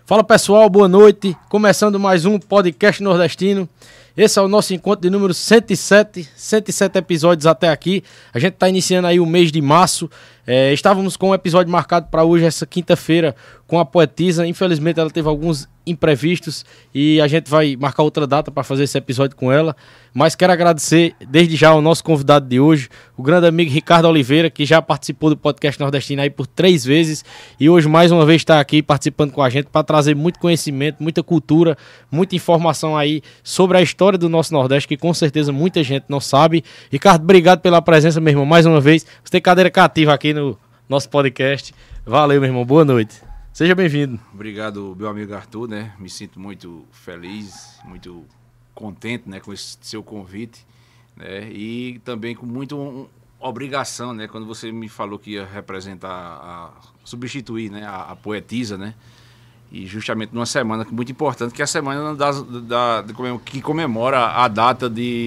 Fala pessoal, boa noite. Começando mais um podcast nordestino. Esse é o nosso encontro de número 107 episódios até aqui. A gente está iniciando aí o mês de março. Estávamos com um episódio marcado para hoje, essa quinta-feira, com a poetisa. Infelizmente ela teve alguns imprevistos e a gente vai marcar outra data para fazer esse episódio com ela. Mas quero agradecer desde já ao nosso convidado de hoje, o grande amigo Ricardo Oliveira, que já participou do podcast nordestino aí por 3 vezes e hoje mais uma vez está aqui participando com a gente para trazer muito conhecimento, muita cultura, muita informação aí sobre a história do nosso Nordeste, que com certeza muita gente não sabe. Ricardo, obrigado pela presença, meu irmão, mais uma vez. Você tem cadeira cativa aqui no nosso podcast. Valeu, meu irmão, boa noite. Seja bem-vindo. Obrigado, meu amigo Arthur, né? Me sinto muito feliz, muito contente, né, com esse seu convite, né? E também com muita obrigação, né? Quando você me falou que ia substituir, né, a poetisa, né? E justamente numa semana muito importante, que é a semana que comemora a data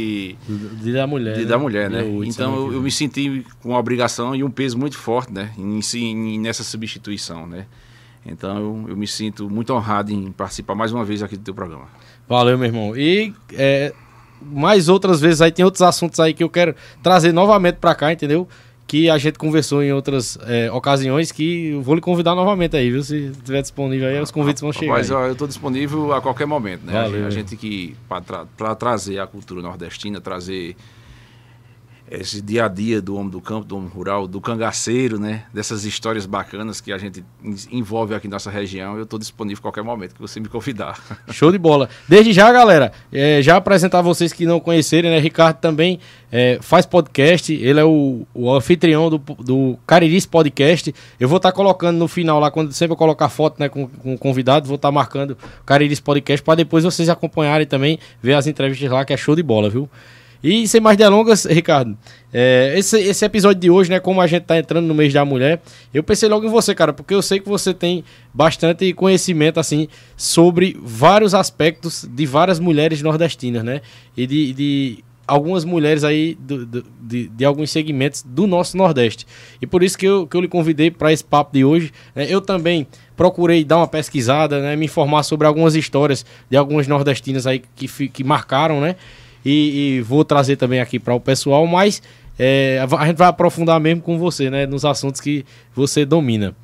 da mulher, da mulher, né? Então eu me senti com uma obrigação e um peso muito forte, né? Nessa substituição, né? Então eu me sinto muito honrado em participar mais uma vez aqui do teu programa. Valeu, meu irmão. E mais outras vezes aí, tem outros assuntos aí que eu quero trazer novamente para cá, entendeu? Que a gente conversou em outras ocasiões, que eu vou lhe convidar novamente aí, viu? Se estiver disponível aí, os convites vão chegar. Mas eu estou disponível a qualquer momento, né? Valeu, a gente que, para trazer a cultura nordestina, trazer esse dia a dia do homem do campo, do homem rural, do cangaceiro, né? Dessas histórias bacanas que a gente envolve aqui na nossa região, eu estou disponível a qualquer momento que você me convidar. Show de bola. Desde já, galera, já apresentar vocês que não conhecerem, né? Ricardo também faz podcast, ele é o anfitrião do Cariris Podcast. Eu vou estar colocando no final lá, quando sempre eu colocar foto, né, com o convidado, vou estar marcando o Cariris Podcast para depois vocês acompanharem também, ver as entrevistas lá, que é show de bola, viu? E sem mais delongas, Ricardo, esse episódio de hoje, né, como a gente tá entrando no mês da mulher, eu pensei logo em você, cara, porque eu sei que você tem bastante conhecimento, assim, sobre vários aspectos de várias mulheres nordestinas, né, e de algumas mulheres aí de alguns segmentos do nosso Nordeste. E por isso que eu lhe convidei para esse papo de hoje, né. Eu também procurei dar uma pesquisada, né, me informar sobre algumas histórias de algumas nordestinas aí que marcaram, né, e vou trazer também aqui para o pessoal, mas a gente vai aprofundar mesmo com você, né, nos assuntos que você domina.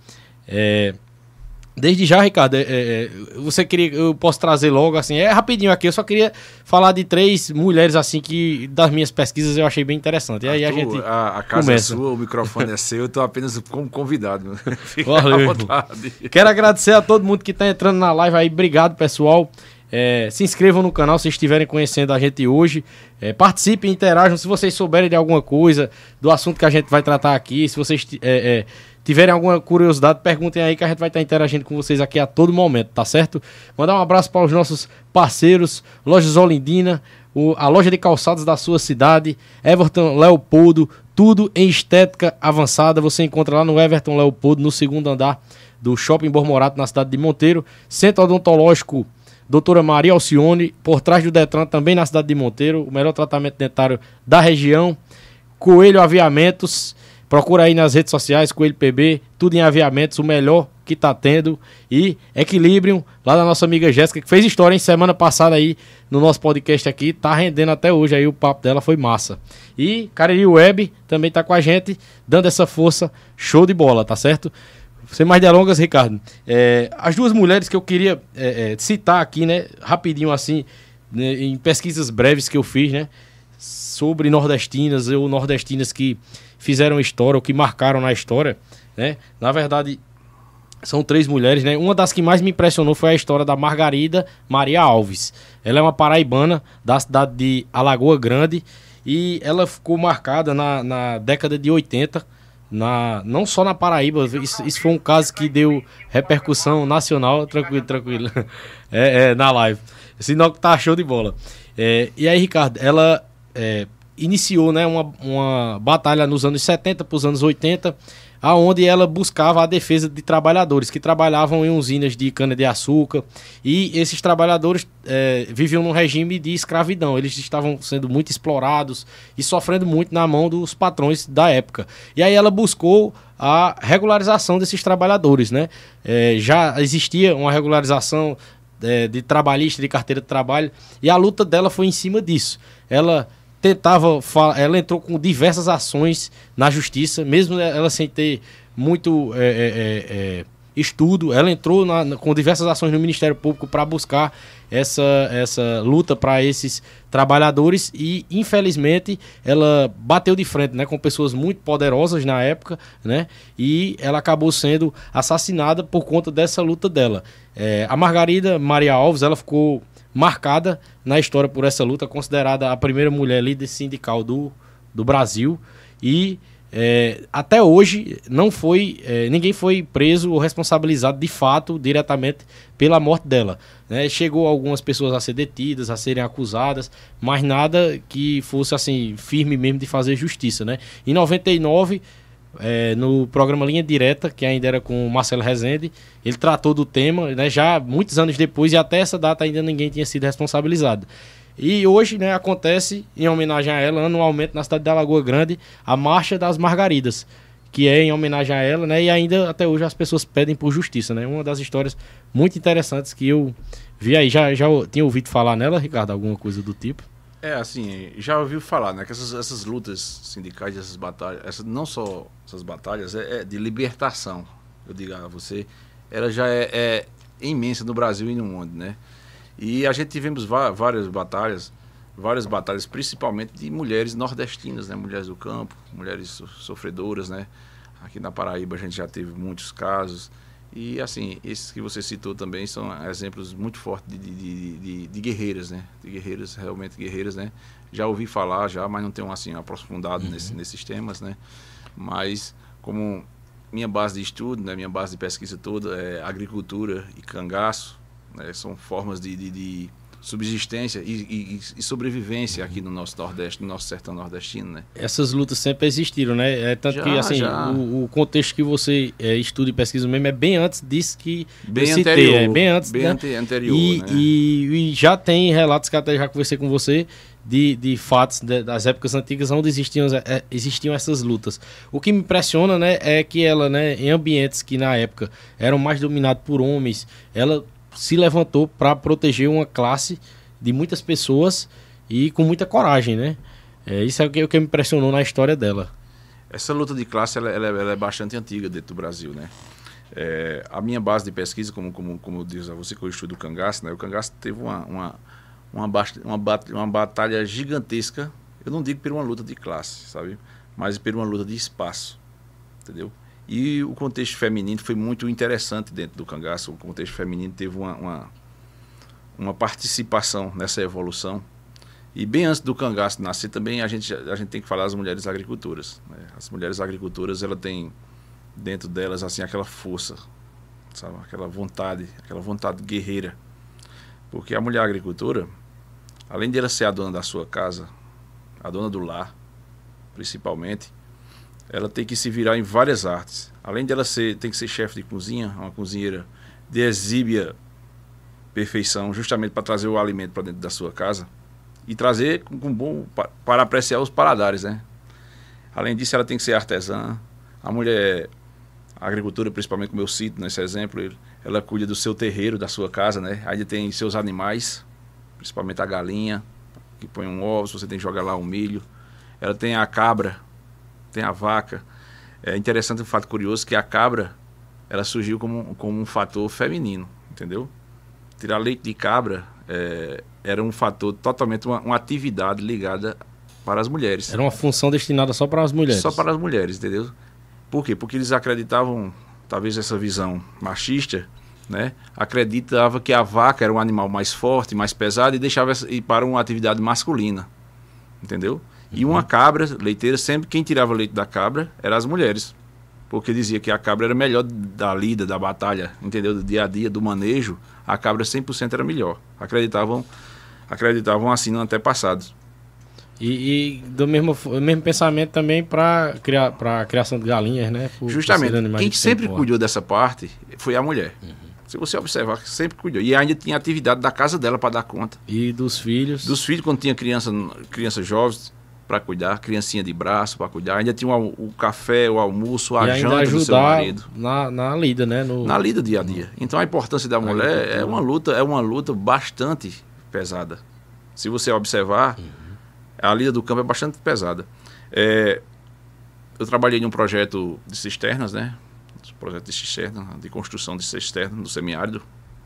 Desde já, Ricardo, você queria, eu posso trazer logo, assim, rapidinho aqui, eu só queria falar de 3 mulheres, assim, que das minhas pesquisas eu achei bem interessante. E aí a gente a casa começa. É sua, o microfone é seu, eu estou apenas como convidado. Fica à vontade. Quero agradecer a todo mundo que está entrando na live aí, obrigado, pessoal. Se inscrevam no canal se estiverem conhecendo a gente hoje, participem, interajam, se vocês souberem de alguma coisa, do assunto que a gente vai tratar aqui, se vocês tiverem alguma curiosidade, perguntem aí que a gente vai estar interagindo com vocês aqui a todo momento, tá certo? Mandar um abraço para os nossos parceiros, Lojas Olindina, a loja de calçados da sua cidade, Everton Leopoldo, tudo em estética avançada, você encontra lá no Everton Leopoldo, no 2º andar do Shopping Bormorato, na cidade de Monteiro. Centro Odontológico Doutora Maria Alcione, por trás do Detran, também na cidade de Monteiro, o melhor tratamento dentário da região. Coelho Aviamentos, procura aí nas redes sociais, Coelho PB, tudo em aviamentos, o melhor que tá tendo. E Equilibrium, lá da nossa amiga Jéssica, que fez história, hein, semana passada aí, no nosso podcast aqui, tá rendendo até hoje aí, o papo dela foi massa. E Cariri Web também tá com a gente, dando essa força, show de bola, tá certo? Sem mais delongas, Ricardo, as 2 mulheres que eu queria citar aqui, né, rapidinho assim, né, em pesquisas breves que eu fiz, né, sobre nordestinas ou nordestinas que fizeram história ou que marcaram na história, né, na verdade são 3 mulheres, né, uma das que mais me impressionou foi a história da Margarida Maria Alves. Ela é uma paraibana da cidade de Alagoa Grande e ela ficou marcada na década de 80, não só na Paraíba, isso foi um caso que deu repercussão nacional, tranquilo, na live, sinal que tá show de bola. E aí, Ricardo, ela iniciou, né, uma batalha nos anos 70 para os anos 80, aonde ela buscava a defesa de trabalhadores que trabalhavam em usinas de cana-de-açúcar, e esses trabalhadores viviam num regime de escravidão. Eles estavam sendo muito explorados e sofrendo muito na mão dos patrões da época. E aí ela buscou a regularização desses trabalhadores, né? Já existia uma regularização de trabalhista, de carteira de trabalho, e a luta dela foi em cima disso. Ela entrou com diversas ações na justiça, mesmo ela sem ter muito estudo, ela entrou com diversas ações no Ministério Público para buscar essa luta para esses trabalhadores e, infelizmente, ela bateu de frente, né, com pessoas muito poderosas na época, né, e ela acabou sendo assassinada por conta dessa luta dela. A Margarida Maria Alves, ela ficou marcada na história por essa luta, considerada a primeira mulher líder sindical do Brasil, e até hoje ninguém foi preso ou responsabilizado de fato diretamente pela morte dela, né? Chegou algumas pessoas a ser detidas, a serem acusadas, mas nada que fosse assim firme mesmo de fazer justiça, né? Em 99, no programa Linha Direta, que ainda era com o Marcelo Rezende, ele tratou do tema, né, já muitos anos depois, e até essa data ainda ninguém tinha sido responsabilizado. E hoje, né, acontece, em homenagem a ela, anualmente na cidade de Alagoa Grande, a Marcha das Margaridas, que é em homenagem a ela, né, e ainda até hoje as pessoas pedem por justiça, né? Uma das histórias muito interessantes que eu vi aí. Já tinha ouvido falar nela, Ricardo, alguma coisa do tipo? Assim, já ouviu falar, né, que essas lutas sindicais, essas batalhas, não só essas batalhas, de libertação, eu digo a você, ela já é imensa no Brasil e no mundo, né? E a gente tivemos várias batalhas, principalmente de mulheres nordestinas, né? Mulheres do campo, mulheres sofredoras, né? Aqui na Paraíba a gente já teve muitos casos. E assim, esses que você citou também são exemplos muito fortes de guerreiras, né? De guerreiras, realmente guerreiras, né? Já ouvi falar, mas não tenho assim aprofundado nesses temas, né? Mas como minha base de estudo, né? Minha base de pesquisa toda é agricultura e cangaço, né? São formas de subsistência e sobrevivência aqui no nosso Nordeste, no nosso sertão nordestino, né? Essas lutas sempre existiram, né? Tanto que assim, o contexto que você estuda e pesquisa mesmo é bem antes disso que bem eu citei, anterior, bem antes, bem né? anterior, e, né? e já tem relatos que até já conversei com você de fatos das épocas antigas onde existiam essas lutas. O que me impressiona, né, é que ela, né, em ambientes que na época eram mais dominados por homens, ela se levantou para proteger uma classe de muitas pessoas e com muita coragem, né? Isso é o que me impressionou na história dela. Essa luta de classe ela é bastante antiga dentro do Brasil, né? A minha base de pesquisa, como diz a você, que eu estudo o cangaço, né? O cangaço teve uma batalha gigantesca. Eu não digo por uma luta de classe, sabe? Mas por uma luta de espaço, entendeu? E o contexto feminino foi muito interessante dentro do cangaço. O contexto feminino teve uma participação nessa evolução. E bem antes do cangaço nascer também a gente tem que falar das mulheres agricultoras, né? As mulheres agricultoras, ela tem dentro delas assim aquela força, sabe? Aquela vontade guerreira. Porque a mulher agricultora, além de ela ser a dona da sua casa, a dona do lar, principalmente, ela tem que se virar em várias artes. Além de ela tem que ser chefe de cozinha, uma cozinheira de exíbia perfeição, justamente para trazer o alimento para dentro da sua casa e trazer com bom para apreciar os paladares, né? Além disso, ela tem que ser artesã. A mulher a agricultura, principalmente como eu cito nesse exemplo, ela cuida do seu terreiro, da sua casa, né? Aí tem seus animais, principalmente a galinha, que põe um ovo, você tem que jogar lá um milho. Ela tem a cabra, tem a vaca. É interessante um fato curioso que a cabra, ela surgiu como um fator feminino, entendeu? Tirar leite de cabra era um fator totalmente, uma atividade ligada para as mulheres. Era uma função destinada só para as mulheres. Só para as mulheres, entendeu? Por quê? Porque eles acreditavam, talvez essa visão machista, né? Acreditava que a vaca era um animal mais forte, mais pesado e deixava ir para uma atividade masculina, entendeu? E uma cabra leiteira, sempre quem tirava leite da cabra eram as mulheres, porque dizia que a cabra era melhor da lida, da batalha, entendeu? Do dia a dia, do manejo, a cabra 100% era melhor. Acreditavam assim no antepassado. E do mesmo pensamento também para a criação de galinhas, né? Justamente, quem sempre cuidou dessa parte foi a mulher. Se você observar, sempre cuidou. E ainda tinha atividade da casa dela para dar conta. E dos filhos? Dos filhos, quando tinha crianças jovens, para cuidar, criancinha de braço para cuidar, ainda tinha o café, o almoço, a e ainda janta do seu ajudar marido. na lida, né? Na lida dia a dia. Então a importância da mulher é uma luta bastante pesada. Se você observar, a lida do campo é bastante pesada. Eu trabalhei num projeto de cisternas, né? Projeto de cisterna, de construção de cisterna no semiárido.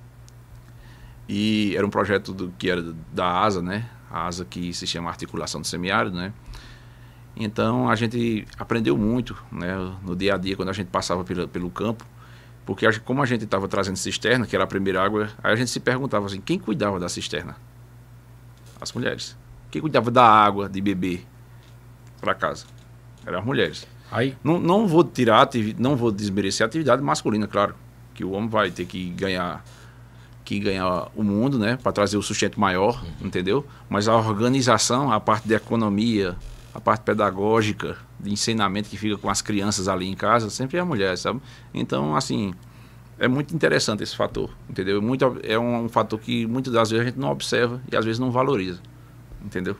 E era um projeto que era da ASA, né? A ASA que se chama Articulação do Semiárido, né? Então a gente aprendeu muito, né? No dia a dia, quando a gente passava pelo campo, porque como a gente estava trazendo cisterna, que era a primeira água, aí a gente se perguntava assim, quem cuidava da cisterna? As mulheres. Quem cuidava da água de beber para casa? Eram as mulheres. Aí, não vou desmerecer a atividade masculina, claro, que o homem vai ter que ganhar o mundo, né, para trazer o sustento maior, entendeu? Mas a organização, a parte de economia, a parte pedagógica, de ensinamento que fica com as crianças ali em casa, sempre é a mulher, sabe? Então, assim, é muito interessante esse fator, entendeu? É um fator que muitas das vezes a gente não observa e às vezes não valoriza, entendeu?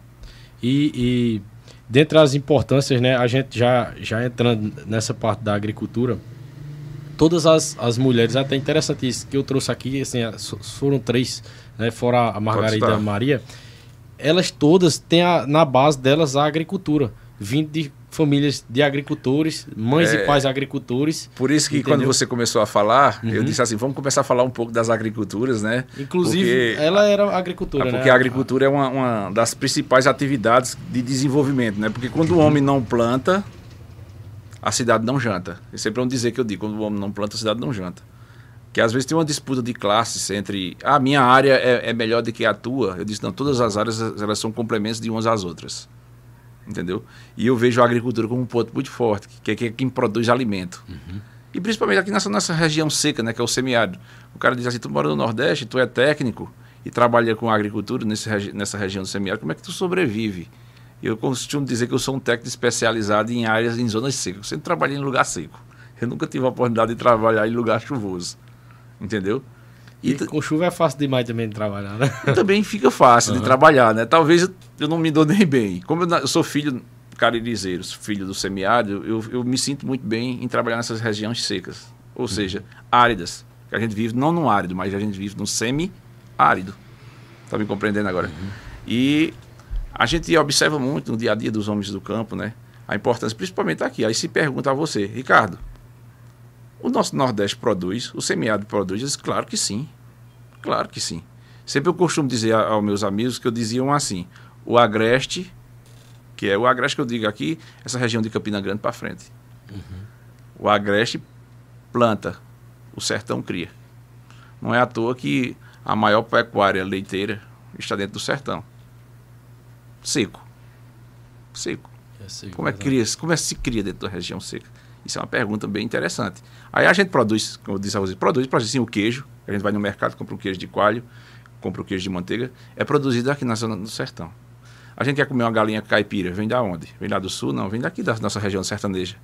E dentre as importâncias, né, a gente já entrando nessa parte da agricultura, todas as mulheres, até interessante isso que eu trouxe aqui, assim, foram 3, né, fora a Margarida e a Maria, elas todas têm na base delas a agricultura, vindo de famílias de agricultores, mães e pais agricultores. Por isso que entendeu? Quando você começou a falar, eu disse assim, vamos começar a falar um pouco das agriculturas, né? Inclusive, ela era agricultura, porque a agricultura é uma das principais atividades de desenvolvimento, né? Porque quando o homem não planta, a cidade não janta. É sempre um dizer que eu digo, quando o homem não planta, a cidade não janta. Que às vezes tem uma disputa de classes entre, a minha área é melhor do que a tua. Eu disse, não, todas as áreas elas são complementos de umas às outras. Entendeu? E eu vejo a agricultura como um ponto muito forte, que é quem produz alimento. E principalmente aqui nessa região seca, né, que é o semiárido. O cara diz assim, tu mora no Nordeste, tu é técnico e trabalha com agricultura nessa região do semiárido, como é que tu sobrevive? Eu costumo dizer que eu sou um técnico especializado em áreas, em zonas secas. Eu sempre trabalhei em lugar seco. Eu nunca tive a oportunidade de trabalhar em lugar chuvoso. Entendeu? E com chuva é fácil demais também de trabalhar, né? Também fica fácil de trabalhar, né? Talvez eu não me dou nem bem. Como eu sou filho caririzeiro, filho do semiárido, eu me sinto muito bem em trabalhar nessas regiões secas. Ou seja, áridas. Que a gente vive não no árido, mas a gente vive no semi-árido. Tá me compreendendo agora? E a gente observa muito no dia a dia dos homens do campo, né? A importância, principalmente aqui. Aí se pergunta a você, Ricardo, o nosso Nordeste produz, o semiárido produz? Eu disse, claro que sim. Claro que sim. Sempre eu costumo dizer aos meus amigos que eu diziam assim, o Agreste, que é o Agreste que eu digo aqui, essa região de Campina Grande para frente. O Agreste planta, o Sertão cria. Não é à toa que a maior pecuária leiteira está dentro do Sertão. Seco. Seco. Como é que se cria dentro da região seca? Isso é uma pergunta bem interessante. Aí a gente produz, como eu disse a você, produz sim o queijo. A gente vai no mercado, compra o queijo de coalho, compra o queijo de manteiga. É produzido aqui na zona do sertão. A gente quer comer uma galinha caipira, vem da onde? Vem lá do sul? Não, vem daqui da nossa região sertaneja.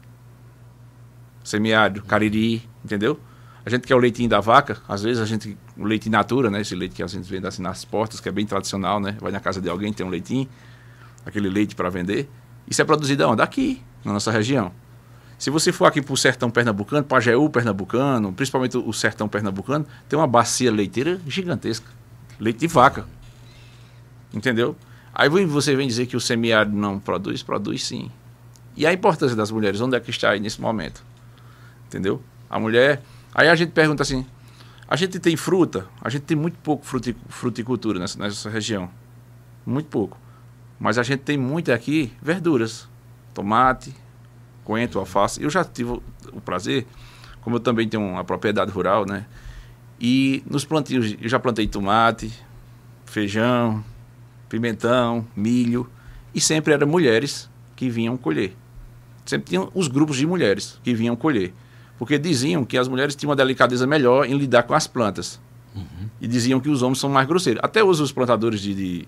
Semiárido, Cariri, entendeu? A gente quer o leitinho da vaca, às vezes o leite in natura, né? Esse leite que a gente vende assim nas portas, que é bem tradicional, né? Vai na casa de alguém, tem um leitinho, aquele leite para vender. Isso é produzido onde? Aqui, na nossa região. Se você for aqui para o sertão pernambucano, Pajeú pernambucano, principalmente o sertão pernambucano, tem uma bacia leiteira gigantesca. Leite de vaca. Entendeu? Aí você vem dizer que o semiárido não produz? Produz sim. E a importância das mulheres, onde é que está aí nesse momento? Entendeu? A mulher... Aí a gente pergunta assim, a gente tem fruta? A gente tem muito pouco fruticultura nessa região. Muito pouco. Mas a gente tem muito aqui verduras. Tomate, coentro, alface. Eu já tive o prazer, como eu também tenho uma propriedade rural, né? E nos plantios, eu já plantei tomate, feijão, pimentão, milho. E sempre eram mulheres que vinham colher. Sempre tinham os grupos de mulheres que vinham colher. Porque diziam que as mulheres tinham uma delicadeza melhor em lidar com as plantas. E diziam que os homens são mais grosseiros. Até hoje os plantadores de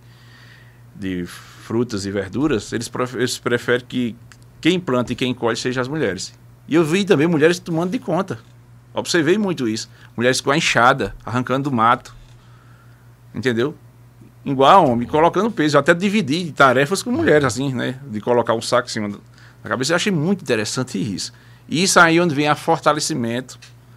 frutas e verduras, eles preferem que quem planta e quem colhe sejam as mulheres. E eu vi também mulheres tomando de conta. Observei muito isso. Mulheres com a enxada, arrancando do mato. Entendeu? igual homem, colocando peso. Eu até dividi tarefas com mulheres, assim, né? De colocar um saco em cima da cabeça. Eu achei muito interessante isso. E isso aí onde vem o fortalecimento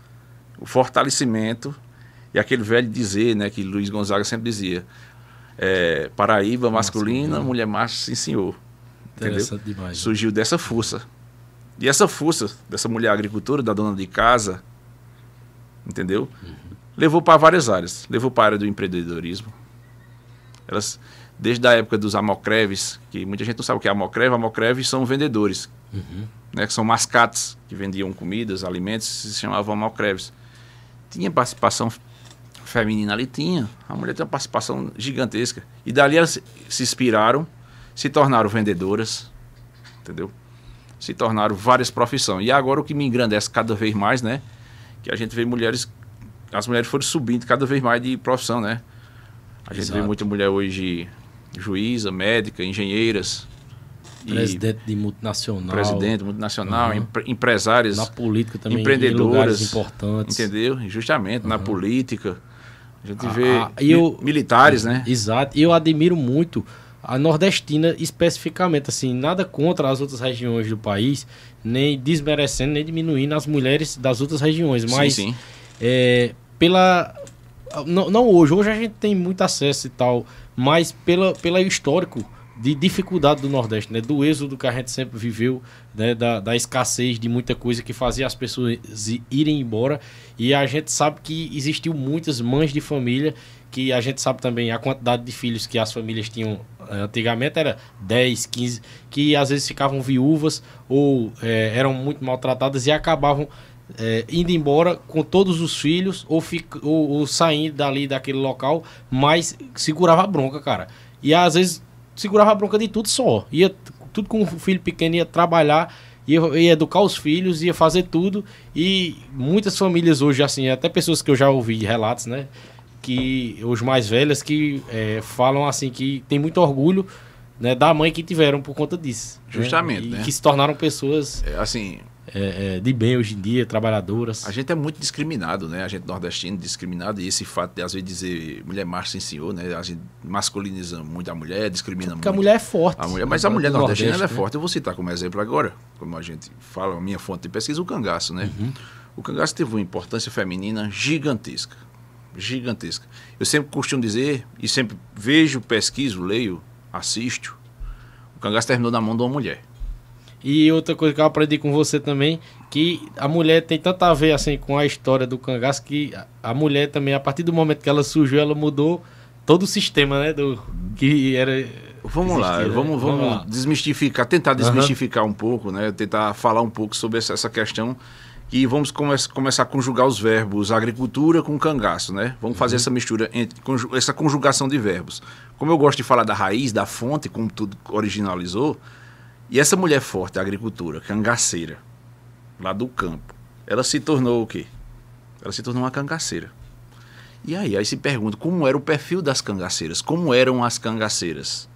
e aquele velho dizer, né? Que Luiz Gonzaga sempre dizia. Paraíba masculina, mulher macho, sim senhor. Interessante demais. Surgiu dessa força. E essa força dessa mulher agricultora, da dona de casa, entendeu? Levou para várias áreas. Levou para a área do empreendedorismo. Elas, desde a época dos amocreves, que muita gente não sabe o que é amocreves são vendedores, né, que são mascates, que vendiam comidas, alimentos, se chamavam amocreves. Tinha participação feminina ali, tinha. A mulher tem uma participação gigantesca. E dali elas se inspiraram, se tornaram vendedoras, entendeu? Se tornaram várias profissões. E agora o que me engrandece cada vez mais, né? Que a gente vê as mulheres foram subindo cada vez mais de profissão, né? A gente vê muita mulher hoje juíza, médica, engenheiras. Presidente de multinacional. Presidente multinacional, empresárias. Na política também, empreendedoras. Em lugares importantes. Entendeu? Justamente, na política. A gente vê militares, né? Exato. E eu admiro muito a nordestina especificamente, assim, nada contra as outras regiões do país, nem desmerecendo, nem diminuindo as mulheres das outras regiões, mas sim. Não hoje a gente tem muito acesso e tal, mas pelo histórico de dificuldade do Nordeste, né? Do êxodo que a gente sempre viveu, né? Da escassez de muita coisa que fazia as pessoas irem embora, e a gente sabe que existiu muitas mães de família, que a gente sabe também a quantidade de filhos que as famílias tinham antigamente era 10, 15, que às vezes ficavam viúvas ou eram muito maltratadas e acabavam indo embora com todos os filhos ou saindo dali daquele local, mas segurava a bronca, cara. E às vezes segurava a bronca de tudo só. Ia tudo com o filho pequeno, ia trabalhar, ia educar os filhos, ia fazer tudo. E muitas famílias hoje, assim, até pessoas que eu já ouvi relatos, né? Que os mais velhos que falam assim que tem muito orgulho, né, da mãe que tiveram por conta disso. Justamente, né? E né? que se tornaram pessoas assim, de bem hoje em dia, trabalhadoras. A gente é muito discriminado, né? A gente nordestino discriminado, e esse fato de às vezes dizer mulher macho sim senhor, né? A gente masculiniza muito a mulher, discrimina muito. Porque a mulher é forte. Mas a mulher nordestina ela é forte. Eu vou citar como exemplo agora, como a gente fala, a minha fonte de pesquisa, o cangaço, né? O cangaço teve uma importância feminina gigantesca. Gigantesca. Eu sempre costumo dizer, e sempre vejo, pesquiso, leio, assisto, o cangaço terminou na mão de uma mulher. E outra coisa que eu aprendi com você também, que a mulher tem tanto a ver assim com a história do cangaço, que a mulher também, a partir do momento que ela surgiu, ela mudou todo o sistema, né? Que era... Vamos lá, vamos desmistificar, tentar desmistificar um pouco, né? Tentar falar um pouco sobre essa questão. E vamos começar a conjugar os verbos agricultura com cangaço, né? Vamos fazer essa mistura, essa conjugação de verbos. Como eu gosto de falar da raiz, da fonte, como tudo originalizou, e essa mulher forte, a agricultura, cangaceira, lá do campo, ela se tornou o quê? Ela se tornou uma cangaceira. E aí se pergunta, como era o perfil das cangaceiras? Como eram as cangaceiras?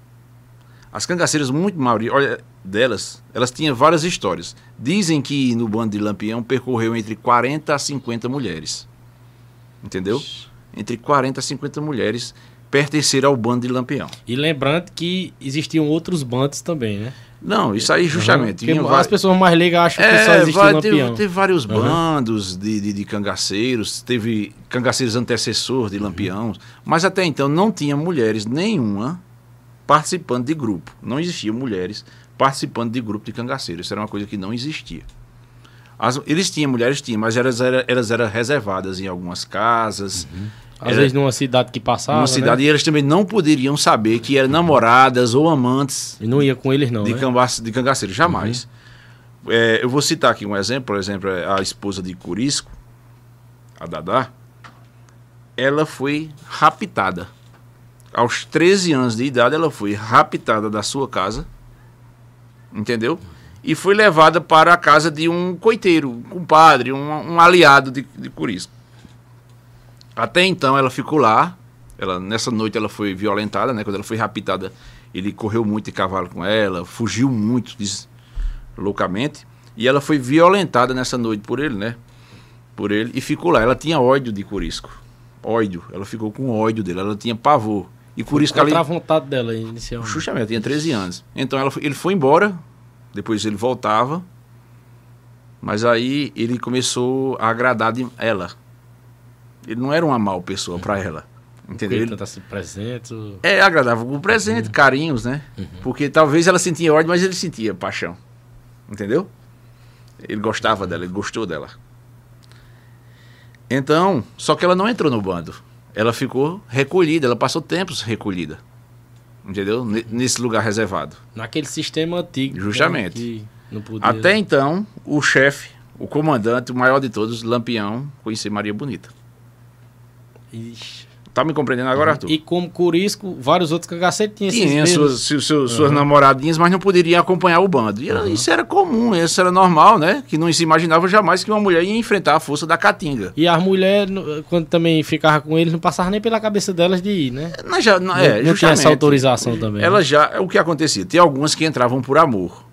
As cangaceiras, muito maioria delas, elas tinham várias histórias. Dizem que no bando de Lampião percorreu entre 40 a 50 mulheres. Entendeu? Entre 40 a 50 mulheres pertenceram ao bando de Lampião. E lembrando que existiam outros bandos também, né? Não, isso aí justamente. As pessoas mais leigas acham que só existia o Lampião. Teve vários bandos de cangaceiros, teve cangaceiros antecessores de Lampião, mas até então não tinha mulheres nenhuma participando de grupo. Não existiam mulheres participando de grupo de cangaceiros. Isso era uma coisa que não existia. Eles tinham, mulheres tinham, mas elas eram reservadas em algumas casas. Às vezes numa cidade que passava, numa cidade, né? E elas também não poderiam saber que eram namoradas ou amantes. E não ia com eles não, de cangaceiros, jamais. Eu vou citar aqui um exemplo. Por exemplo, a esposa de Corisco, a Dadá, ela foi raptada. Aos 13 anos de idade, ela foi raptada da sua casa, entendeu? E foi levada para a casa de um coiteiro, um compadre, um aliado de Corisco. Até então, ela ficou lá. Nessa noite, ela foi violentada, né? Quando ela foi raptada, ele correu muito de cavalo com ela, fugiu muito, loucamente. E ela foi violentada nessa noite por ele, né? Por ele, e ficou lá. Ela tinha ódio de Corisco. Ódio. Ela ficou com ódio dele, ela tinha pavor. E por isso que contra a vontade dela inicialmente. Justamente, tinha 13 anos. Então ele foi embora, depois ele voltava, mas aí ele começou a agradar ela. Ele não era uma mal pessoa para ela. Entendeu? Ele tenta se presente. Agradava com presente, carinhos, né? Porque talvez ela sentia ódio, mas ele sentia paixão. Entendeu? Ele gostava dela, ele gostou dela. Então, só que ela não entrou no bando. Ela ficou recolhida, ela passou tempos recolhida. Entendeu? Nesse lugar reservado. Naquele sistema antigo. Justamente. Né, que não podia... Até então, o chefe, o comandante, o maior de todos, Lampião, conhecia Maria Bonita. Ixi. Tá me compreendendo agora, Arthur? E como Curisco, vários outros cangaceiros tinham suas namoradinhas, mas não poderiam acompanhar o bando. E isso era comum, isso era normal, né? Que não se imaginava jamais que uma mulher ia enfrentar a força da Caatinga. E as mulheres, quando também ficava com eles, não passava nem pela cabeça delas de ir, né? Não tinha essa autorização também. Ela já, o que acontecia? Tinha algumas que entravam por amor.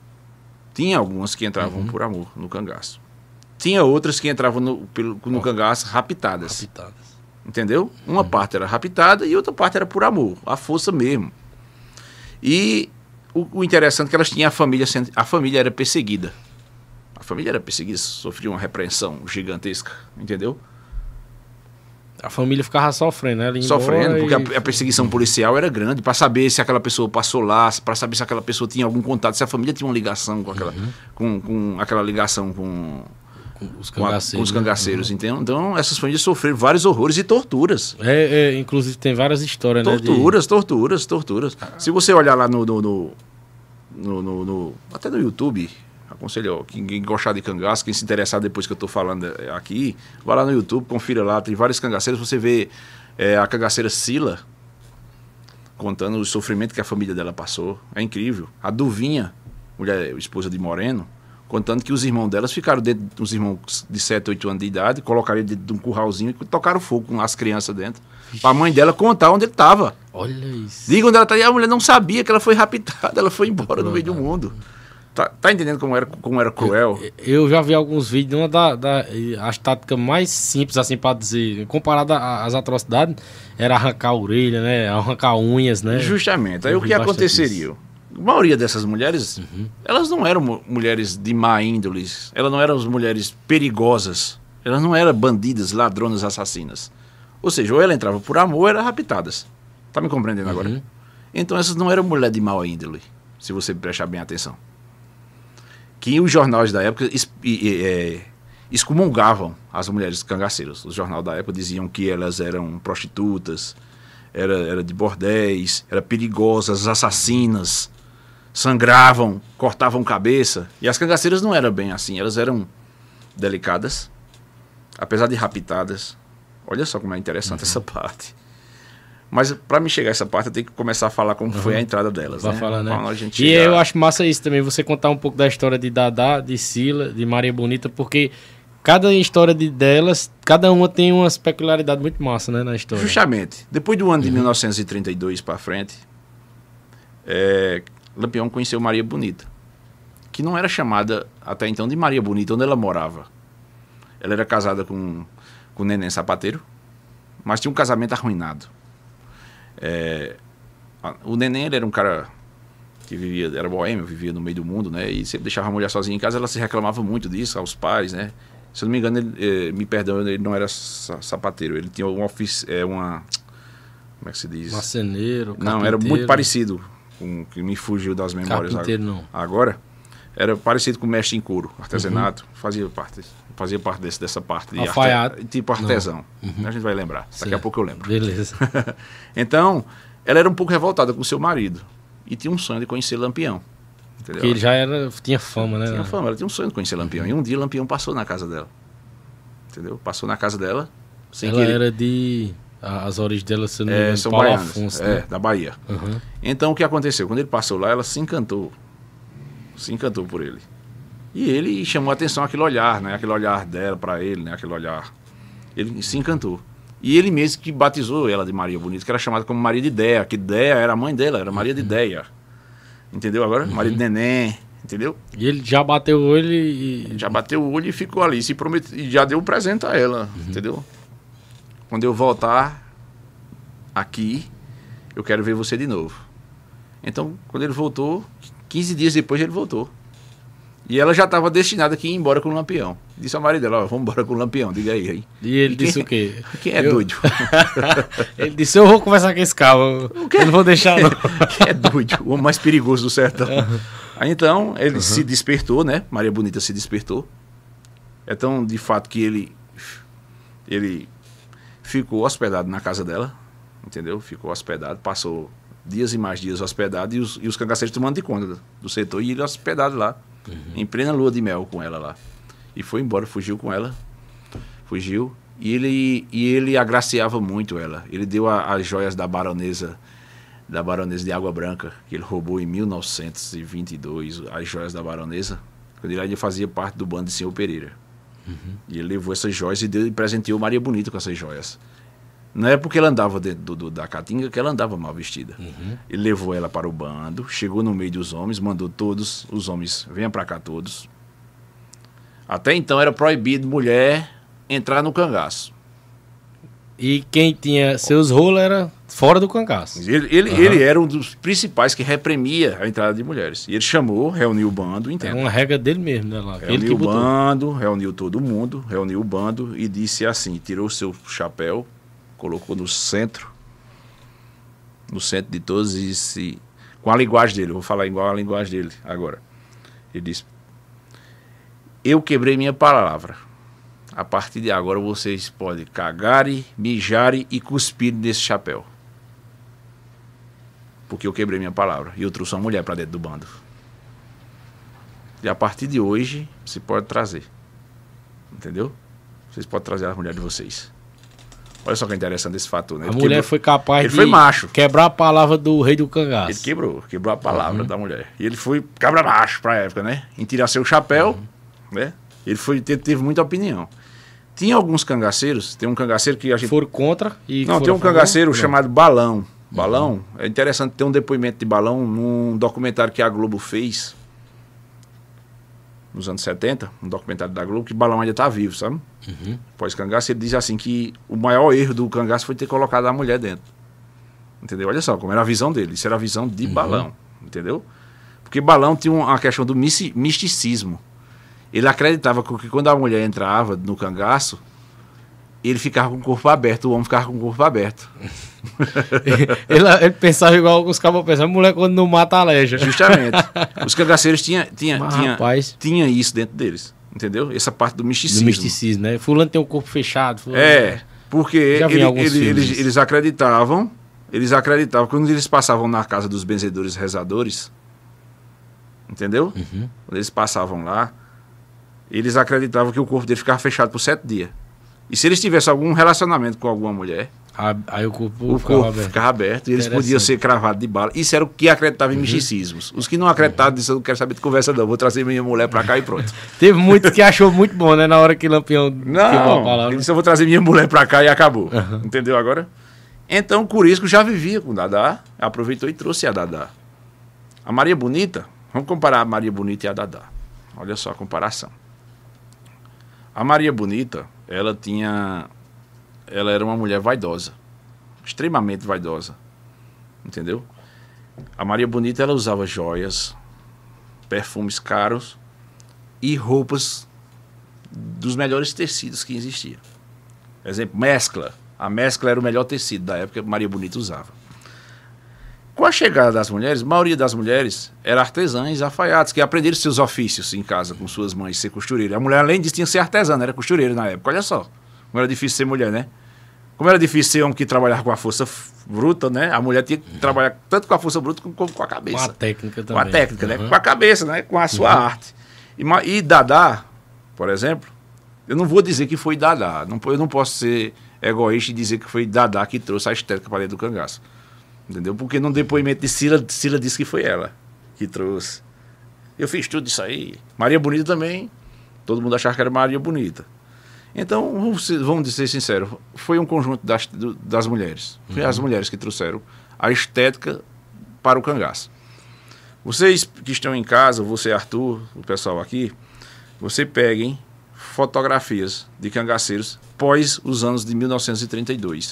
No cangaço. Tinha outras que entravam no cangaço raptadas. Entendeu? Uma parte era raptada e outra parte era por amor, a força mesmo. E o interessante é que elas tinham a família era perseguida. A família era perseguida, sofria uma repreensão gigantesca, entendeu? A família ficava sofrendo, né? Sofrendo, porque a perseguição policial era grande, para saber se aquela pessoa passou lá, para saber se aquela pessoa tinha algum contato, se a família tinha uma ligação com aquela, com aquela ligação com os cangaceiros, entendeu? Então, essas famílias sofreram vários horrores e torturas. Inclusive, tem várias histórias, Torturas. Se você olhar lá até no YouTube, aconselho, quem gostar de cangaço, quem se interessar depois que eu estou falando aqui, vai lá no YouTube, confira lá, tem vários cangaceiros, você vê a cangaceira Sila contando o sofrimento que a família dela passou. É incrível. A Duvinha, esposa de Moreno, contando que os irmãos delas ficaram dentro, os irmãos de 7, 8 anos de idade, colocaram ele dentro de um curralzinho e tocaram fogo com as crianças dentro. Para a mãe dela contar onde ele estava. Olha isso. Diga onde ela está. E a mulher não sabia que ela foi raptada, ela foi embora no meio do mundo. Tá entendendo como era cruel? Eu já vi alguns vídeos, as táticas mais simples, assim, para dizer, comparada às atrocidades, era arrancar a orelha, né? Arrancar unhas, né? Justamente. Aí o que aconteceria? A maioria dessas mulheres, elas não eram mulheres de má índole, elas não eram mulheres perigosas, elas não eram bandidas, ladronas, assassinas. Ou seja, ou ela entrava por amor ou eram raptadas. Tá me compreendendo agora? Então essas não eram mulheres de má índole, se você prestar bem atenção. Que os jornais da época excomungavam as mulheres cangaceiras. Os jornais da época diziam que elas eram prostitutas, era de bordéis, eram perigosas, assassinas, sangravam, cortavam cabeça. E as cangaceiras não eram bem assim, elas eram delicadas, apesar de raptadas. Olha só como é interessante essa parte. Mas para me chegar a essa parte, eu tenho que começar a falar como foi a entrada delas. Vai falar, né? E eu acho massa isso também, você contar um pouco da história de Dadá, de Sila, de Maria Bonita, porque cada história delas, cada uma tem umas peculiaridades muito massa, né, na história. Justamente. Depois do ano de 1932 para frente, Lampião conheceu Maria Bonita, que não era chamada até então de Maria Bonita, onde ela morava. Ela era casada com o Neném Sapateiro, mas tinha um casamento arruinado. O Neném, ele era um cara que era boêmio, vivia no meio do mundo, né? E sempre deixava a mulher sozinha em casa, ela se reclamava muito disso aos pais, né? Se eu não me engano, me perdoam, ele não era sapateiro, ele tinha um ofício, como é que se diz? Marceneiro, carpinteiro. Não, era muito parecido com que me fugiu das memórias agora. Era parecido com mestre em couro, artesanato, fazia parte dessa parte de alfaiate, tipo artesão. A gente vai lembrar, daqui a pouco eu lembro. Beleza. Então, ela era um pouco revoltada com seu marido e tinha um sonho de conhecer Lampião. Entendeu? Porque ele já tinha fama, né? Tinha fama, ela tinha um sonho de conhecer Lampião. E um dia Lampião passou na casa dela. Entendeu? Passou na casa dela. Sem ela era de... As origens dela são Paulo Afonso, né? Da Bahia. Então, o que aconteceu? Quando ele passou lá, ela se encantou. Se encantou por ele. E ele chamou a atenção aquele olhar, né? Aquele olhar dela para ele, né? Aquele olhar. Ele se encantou. E ele mesmo que batizou ela de Maria Bonita, que era chamada como Maria de Ideia, que Ideia era a mãe dela, era Maria de Ideia. Entendeu agora? Maria de Neném, entendeu? E ele já bateu o olho e... Já bateu o olho e ficou ali, se prometeu, e já deu um presente a ela, entendeu? Quando eu voltar aqui, eu quero ver você de novo. Então, quando ele voltou, 15 dias depois ele voltou. E ela já estava destinada aqui a ir embora com o Lampião. Disse ao marido dela, ó, vamos embora com o Lampião, diga aí. Hein? E ele disse o quê? Quem é doido? Ele disse, eu vou conversar com esse cara, eu não vou deixar não. Quem é doido? O homem mais perigoso do sertão. Aí então, ele se despertou, né? Maria Bonita se despertou. É tão de fato que ele ficou hospedado na casa dela, entendeu? Ficou hospedado, passou dias e mais dias hospedado e os cangaceiros tomando de conta do setor e ele hospedado lá, em plena lua de mel com ela lá. E foi embora, fugiu com ela, fugiu. E ele agraciava muito ela. Ele deu as joias da baronesa de Água Branca, que ele roubou em 1922, as joias da baronesa, quando ele ainda fazia parte do bando de Senhor Pereira. E ele levou essas joias e presenteou Maria Bonita com essas joias. Não é porque ela andava dentro da caatinga que ela andava mal vestida. Ele levou ela para o bando, chegou no meio dos homens, mandou todos os homens, venham para cá todos. Até então era proibido mulher entrar no cangaço. E quem tinha seus rolos era fora do cangaço. Ele era um dos principais que reprimia a entrada de mulheres. E ele chamou, reuniu o bando, entende? É uma regra dele mesmo, né? Lá. Reuniu o bando, reuniu todo mundo, reuniu o bando e disse assim, tirou o seu chapéu, colocou no centro de todos e disse, com a linguagem dele, eu vou falar igual a linguagem dele agora. Ele disse, eu quebrei minha palavra. A partir de agora vocês podem cagarem, mijarem e cuspirem nesse chapéu. Porque eu quebrei minha palavra. E eu trouxe uma mulher para dentro do bando. E a partir de hoje, você pode trazer. Entendeu? Vocês podem trazer a mulher de vocês. Olha só que interessante esse fator, né? A mulher foi capaz ele foi macho. Quebrar a palavra do rei do cangaço. Ele quebrou a palavra da mulher. E ele foi cabra macho para a época, né? Em tirar seu chapéu, né? Ele teve muita opinião. Tinha alguns cangaceiros, tem um cangaceiro que a gente... Foram contra e... Não, tem um cangaceiro chamado Balão. Balão, é interessante ter um depoimento de Balão num documentário que a Globo fez, nos anos 70, um documentário da Globo, que Balão ainda está vivo, sabe? Pós-cangaço, ele diz assim que o maior erro do cangaço foi ter colocado a mulher dentro. Entendeu? Olha só, como era a visão dele, isso era a visão de Balão, entendeu? Porque Balão tinha uma questão do misticismo. Ele acreditava que quando a mulher entrava no cangaço, ele ficava com o corpo aberto, o homem ficava com o corpo aberto. ele pensava igual alguns cabos pensam, mulher quando não mata aleja. Justamente. Os cangaceiros tinha isso dentro deles, entendeu? Essa parte do misticismo. Do misticismo, né? Fulano tem o corpo fechado. Fulano... porque eles acreditavam, quando eles passavam na casa dos benzedores rezadores, entendeu? Quando eles passavam lá, eles acreditavam que o corpo dele ficava fechado por 7 dias. E se eles tivessem algum relacionamento com alguma mulher, aí o corpo ficava aberto e eles podiam ser cravados de bala. Isso era o que acreditava em misticismos. Os que não acreditavam disso, eu não quero saber de conversa não, vou trazer minha mulher pra cá e pronto. Teve muitos que achou muito bom, né, na hora que Lampião quebrou a palavra. Ele disse, eu vou trazer minha mulher pra cá e acabou. Entendeu agora? Então, Curisco já vivia com Dadá, aproveitou e trouxe a Dadá. A Maria Bonita, vamos comparar a Maria Bonita e a Dadá. Olha só a comparação. A Maria Bonita, ela era uma mulher vaidosa, extremamente vaidosa, entendeu? A Maria Bonita, ela usava joias, perfumes caros e roupas dos melhores tecidos que existiam. Por exemplo, mescla. A mescla era o melhor tecido da época que a Maria Bonita usava. Com a chegada das mulheres, a maioria das mulheres eram artesãs, alfaiates, que aprenderam seus ofícios em casa com suas mães, ser costureira. A mulher, além disso, tinha que ser artesã, era costureira na época. Olha só, como era difícil ser mulher, né? Como era difícil ser homem que trabalhava com a força bruta, né? A mulher tinha que trabalhar tanto com a força bruta como com a cabeça. Com a técnica também. Com a técnica, né? Com a cabeça, né? Com a sua arte. E Dadá, por exemplo, eu não vou dizer que foi Dadá. Eu não posso ser egoísta e dizer que foi Dadá que trouxe a estética para dentro do cangaço. Entendeu? Porque no depoimento de Cila disse que foi ela que trouxe. Eu fiz tudo isso aí. Maria Bonita também. Todo mundo achava que era Maria Bonita. Então, vamos ser sinceros, foi um conjunto das mulheres. Foi as mulheres que trouxeram a estética para o cangaço. Vocês que estão em casa, você, Arthur, o pessoal aqui, você peguem fotografias de cangaceiros pós os anos de 1932.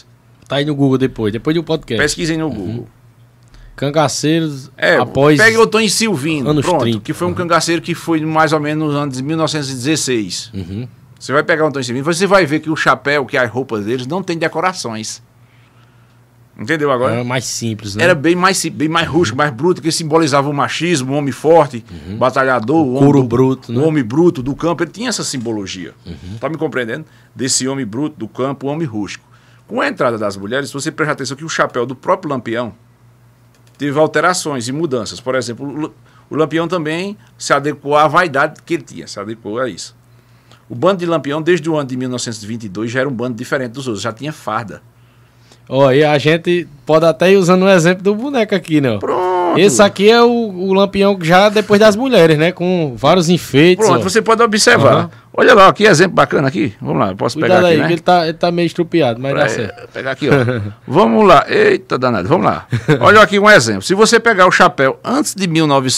Tá aí no Google depois do podcast. Pesquisem no Google. Cangaceiros após... Pegue Otônio Silvino, anos pronto, 30. que foi um cangaceiro que foi mais ou menos nos anos de 1916. Você vai pegar o Antônio Silvino, você vai ver que o chapéu, que as roupas deles não tem decorações. Entendeu agora? Era mais simples, né? Era bem mais rústico, mais bruto, que simbolizava o machismo, o homem forte, batalhador, o couro homem bruto, né? O homem bruto do campo, ele tinha essa simbologia. Tá me compreendendo? Desse homem bruto do campo, o homem rústico. Com a entrada das mulheres, se você prestar atenção que o chapéu do próprio Lampião teve alterações e mudanças. Por exemplo, o Lampião também se adequou à vaidade que ele tinha, se adequou a isso. O bando de Lampião, desde o ano de 1922, já era um bando diferente dos outros, já tinha farda. Ó, e a gente pode até ir usando o exemplo do boneco aqui, né? Pronto. Esse aqui é o Lampião já depois das mulheres, né? Com vários enfeites. Pronto, você pode observar. Olha lá, que exemplo bacana aqui. Vamos lá, posso Cuidado pegar aqui, aí, né? que ele tá meio estrupiado, mas dá certo. Pegar aqui, ó. Vamos lá. Eita danado, vamos lá. Olha aqui um exemplo. Se você pegar o chapéu antes de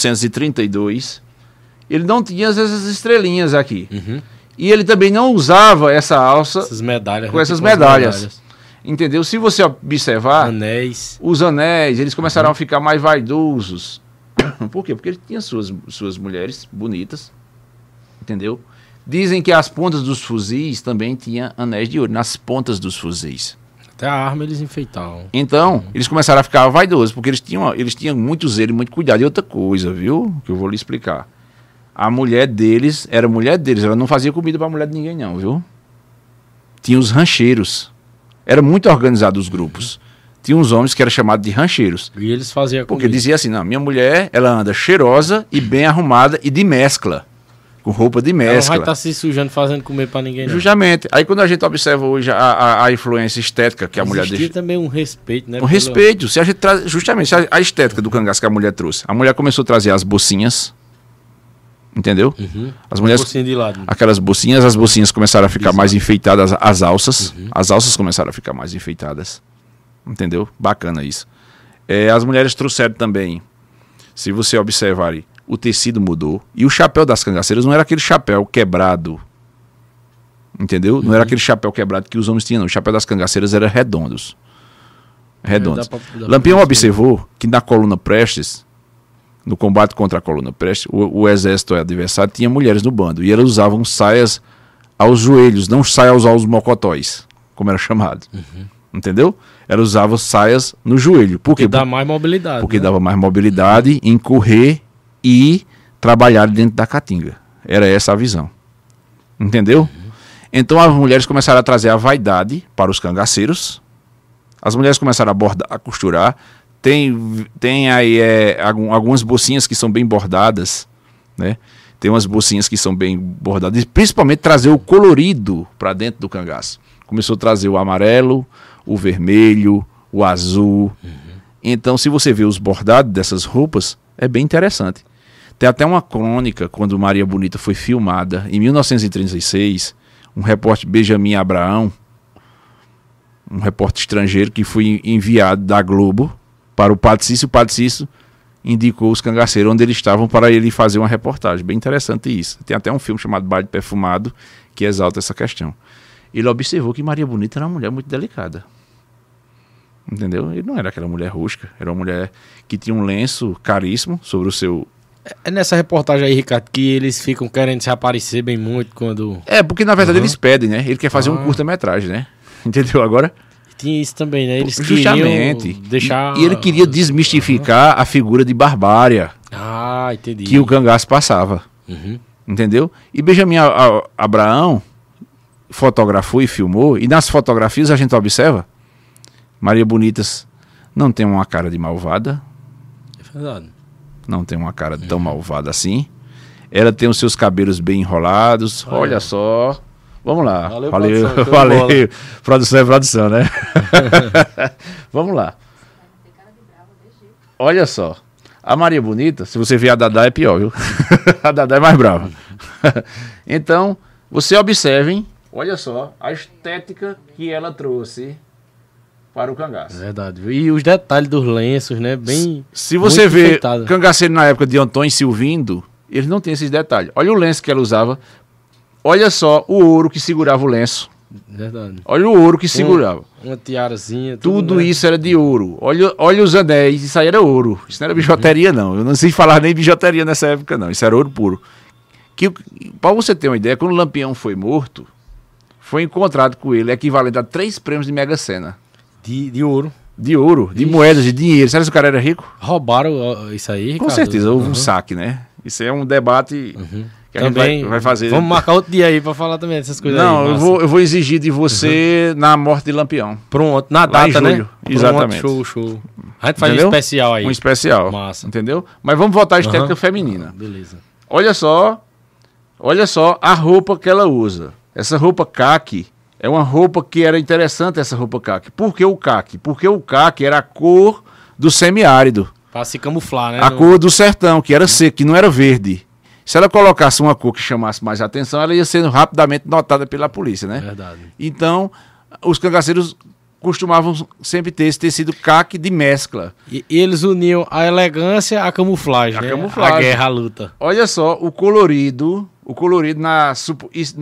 1932, ele não tinha essas estrelinhas aqui. E ele também não usava essa alça Essas medalhas. com essas medalhas. Entendeu? Se você observar, Anéis. os anéis, eles começaram a ficar mais vaidosos. Por quê? Porque ele tinha suas mulheres bonitas. Entendeu? Dizem que as pontas dos fuzis também tinham anéis de ouro, nas pontas dos fuzis. Até a arma eles enfeitavam. Então, eles começaram a ficar vaidosos, porque eles tinham muito zelo e muito cuidado. E outra coisa, viu? Que eu vou lhe explicar. A mulher deles era mulher deles, ela não fazia comida pra mulher de ninguém não, viu? Tinha os rancheiros. Era muito organizado os grupos. Tinha uns homens que eram chamados de rancheiros. E eles faziam Porque comida. dizia assim, não, minha mulher, ela anda cheirosa e bem arrumada e de mescla. Com roupa de Ela não mescla. vai estar se sujando fazendo comer pra ninguém, não. Justamente. Aí quando a gente observa hoje a influência estética que a mulher Existia deixa. também um respeito, né? Um respeito. Se a gente traz, justamente, a estética do cangaço que a mulher trouxe. A mulher começou a trazer as bolsinhas. Entendeu? As mulheres. Bolsinha de lado. Aquelas bolsinhas, as bolsinhas começaram a ficar mais enfeitadas, as alças. As alças começaram a ficar mais enfeitadas. Entendeu? Bacana isso. As mulheres trouxeram também, se você observar aí, o tecido mudou. E o chapéu das cangaceiras não era aquele chapéu quebrado. Entendeu? Não era aquele chapéu quebrado que os homens tinham, não. O chapéu das cangaceiras era redondos. Redondos. Dá pra Lampião observou que na coluna Prestes, no combate contra a coluna Prestes, o exército adversário tinha mulheres no bando. E elas usavam saias aos joelhos, não saias aos mocotóis, como era chamado. Entendeu? Elas usavam saias no joelho. Por quê? Porque dá mais mobilidade. Porque né? dava mais mobilidade em correr e trabalhar dentro da caatinga. Era essa a visão. Entendeu? Então as mulheres começaram a trazer a vaidade para os cangaceiros. As mulheres começaram a bordar, a costurar. Tem aí algumas bolsinhas que são bem bordadas, né? Tem umas bolsinhas que são bem bordadas. E principalmente trazer o colorido para dentro do cangaço. Começou a trazer o amarelo, o vermelho, o azul. Então, se você vê os bordados dessas roupas, é bem interessante. Tem até uma crônica, quando Maria Bonita foi filmada, em 1936, um repórter Benjamin Abraão, um repórter estrangeiro que foi enviado da Globo para o Padre Cício. O Padre Cício indicou os cangaceiros onde eles estavam para ele fazer uma reportagem. Bem interessante isso. Tem até um filme chamado Baile Perfumado que exalta essa questão. Ele observou que Maria Bonita era uma mulher muito delicada. Entendeu? Ele não era aquela mulher rústica. Era uma mulher que tinha um lenço caríssimo sobre o seu... É nessa reportagem aí, Ricardo, que eles ficam querendo se aparecer bem muito quando... porque na verdade eles pedem, né? Ele quer fazer um curta-metragem, né? Entendeu agora? Tinha isso também, né? Eles justamente. queriam deixar... E ele queria desmistificar a figura de barbárie entendi. que o cangaço passava. Entendeu? E Benjamin Abraão fotografou e filmou, e nas fotografias a gente observa Maria Bonitas não tem uma cara de malvada. É verdade. Não tem uma cara tão malvada assim. Ela tem os seus cabelos bem enrolados. Olha só. Vamos lá. Valeu. Produção é produção, né? Vamos lá. Olha só. A Maria Bonita, se você ver a Dadá é pior, viu? A Dadá é mais brava. Então, você observem, olha só, a estética que ela trouxe para o cangaço. É verdade. E os detalhes dos lenços, né? Bem. Se você vê cangaceiro na época de Antônio Silvindo, ele não tem esses detalhes. Olha o lenço que ela usava. Olha só o ouro que segurava o lenço. Verdade. Olha o ouro que segurava. Uma tiarazinha. Tudo né? isso era de ouro. Olha os anéis, isso aí era ouro. Isso não era bijuteria, não. Eu não sei falar nem bijuteria nessa época, não. Isso era ouro puro. Para você ter uma ideia, quando o Lampião foi morto, foi encontrado com ele equivalente a 3 prêmios de Mega Sena. De ouro. De ouro, de Ixi. moedas, de dinheiro. Será que o cara era rico? Roubaram isso aí, Ricardo? Com certeza, houve um saque, né? Isso é um debate que a Também gente vai fazer. Vamos marcar outro dia aí pra falar também dessas coisas Não, aí. eu vou exigir de você na morte de Lampião. Pronto, na Lá em data, né? julho, exatamente. Show. A gente faz Entendeu? um especial aí. Um especial. Massa. Entendeu? Mas vamos voltar à estética feminina. Beleza. Olha só a roupa que ela usa. Essa roupa caqui é uma roupa que era interessante, essa roupa caqui. Por que o caqui? Porque o caqui era a cor do semiárido. Pra se camuflar, né? A cor do sertão, que era seco, que não era verde. Se ela colocasse uma cor que chamasse mais atenção, ela ia sendo rapidamente notada pela polícia, né? Verdade. Então, os cangaceiros costumavam sempre ter esse tecido caqui de mescla. E eles uniam a elegância à camuflagem, A né? camuflagem. A guerra, a luta. Olha só, o colorido isso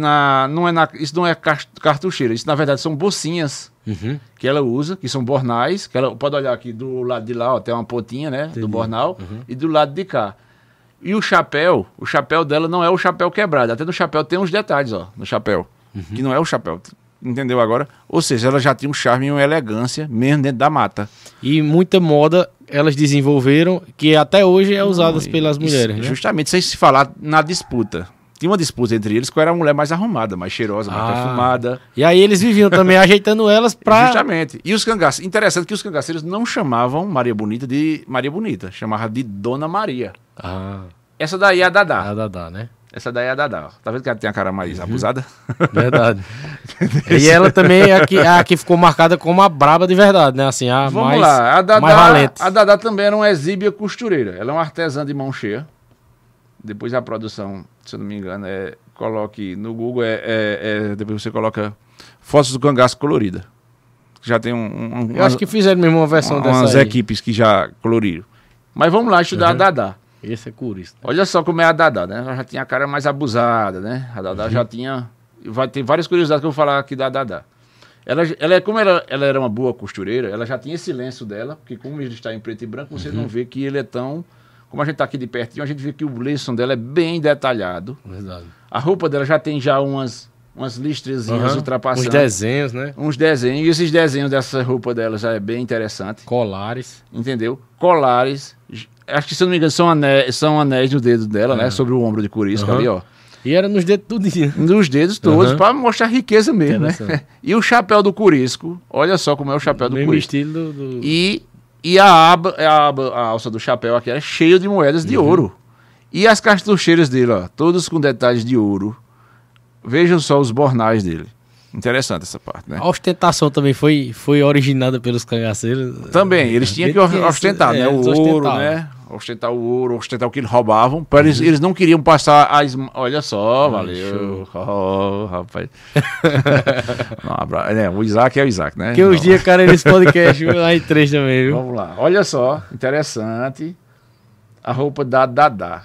não é cartucheira, isso na verdade são bolsinhas que ela usa, que são bornais, que ela pode olhar aqui do lado de lá, ó, tem uma pontinha, né, do bornal, e do lado de cá. E o chapéu dela não é o chapéu quebrado, até no chapéu tem uns detalhes, ó, no chapéu, que não é o chapéu. Entendeu agora? Ou seja, ela já tinha um charme e uma elegância mesmo dentro da mata. E muita moda elas desenvolveram que até hoje é usada pelas mulheres, né? Justamente, sem se falar na disputa. Tinha uma disputa entre eles, qual era a mulher mais arrumada, mais cheirosa, mais perfumada. E aí eles viviam também ajeitando elas pra... Justamente. E os cangaceiros, interessante que os cangaceiros não chamavam Maria Bonita de Maria Bonita, chamavam de Dona Maria. Essa daí é a Dadá. A Dadá, né? Essa daí é a Dadá. Tá vendo que ela tem a cara mais abusada? Verdade. E ela também é a que ficou marcada como a braba de verdade, né? Assim, a Vamos mais, lá, mais valente. a Dadá também era uma exíbia costureira. Ela é uma artesã de mão cheia. Depois a produção, se eu não me engano, coloque no Google, depois você coloca fotos do cangaço colorida. Já tem Eu acho que fizeram mesmo uma versão dessa umas aí. equipes que já coloriram. Mas vamos lá estudar a Dadá. Esse é curista. Olha só como é a Dadá, né? Ela já tinha a cara mais abusada, né? A Dadá já tinha... Vai ter várias curiosidades que eu vou falar aqui da Dadá. Como ela era uma boa costureira, ela já tinha esse lenço dela, porque como ele está em preto e branco, você não vê que ele é tão... Como a gente está aqui de pertinho, a gente vê que o lenço dela é bem detalhado. Verdade. A roupa dela já tem já umas listrezinhas ultrapassando. Uns desenhos, né? Uns desenhos. E esses desenhos dessa roupa dela já é bem interessante. Colares. Entendeu? Colares. Acho que, se eu não me engano, são anéis no dedo dela, né? Sobre o ombro de corisco ali, ó. E era nos dedos tudinho. Nos dedos todos, para mostrar a riqueza mesmo, né? E o chapéu do corisco, olha só como é o chapéu do mesmo corisco. Estilo do... E a alça do chapéu aqui era cheia de moedas de ouro. E as cartucheiras dele, ó, todos com detalhes de ouro. Vejam só os bornais dele. Interessante essa parte, né? A ostentação também foi originada pelos cangaceiros. Também, eles tinham que ostentar, né? O ouro, né? Ostentar o ouro, ostentar o que eles roubavam. Eles não queriam passar as... Olha só, valeu. Oh, rapaz. O Isaac é o Isaac, né? Que uns dias, cara, nesse podcast, lá em 3 também, viu? Vamos lá. Olha só, interessante. A roupa da Dadá.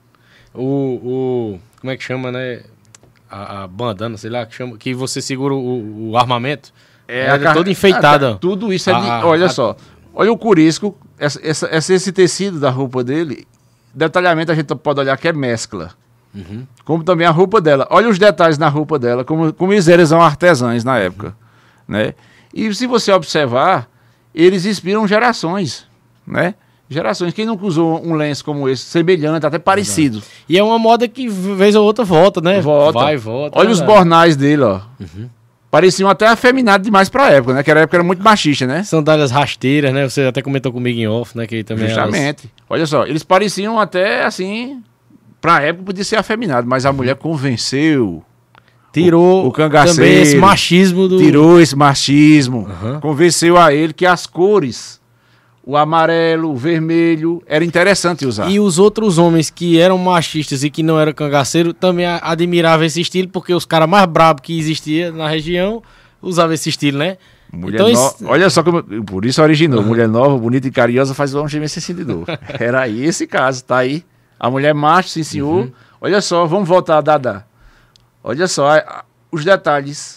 Como é que chama, né? A bandana, sei lá, que chama, que você segura o armamento. Ela é toda enfeitada. Tudo isso é de... Olha só. Olha o corisco, esse tecido da roupa dele, detalhamento a gente pode olhar que é mescla. Como também a roupa dela. Olha os detalhes na roupa dela, como eles eram artesãos na época. Né? E se você observar, eles inspiram gerações, né? Gerações. Quem nunca usou um lenço como esse, semelhante, até parecido? E é uma moda que vez ou outra volta, né? Vai, volta. Olha os bornais dele, ó. Pareciam até afeminados demais pra época, né? Que a época era muito machista, né? Sandálias rasteiras, né? Você até comentou comigo em off, né? Que também justamente. Olha só, eles pareciam até assim... Pra época podia ser afeminado, mas a mulher convenceu... Tirou o cangaceiro, também esse machismo do... Tirou esse machismo. Convenceu a ele que as cores... O amarelo, o vermelho, era interessante usar. E os outros homens que eram machistas e que não eram cangaceiro também admiravam esse estilo, porque os caras mais brabos que existiam na região usavam esse estilo, né? Mulher olha só como... Por isso originou. Mulher nova, bonita e carinhosa faz o homem gemer sem sentir dor. Era aí esse caso, tá aí. A mulher macho, sim senhor. Olha só, vamos voltar a Dadá. Olha só os detalhes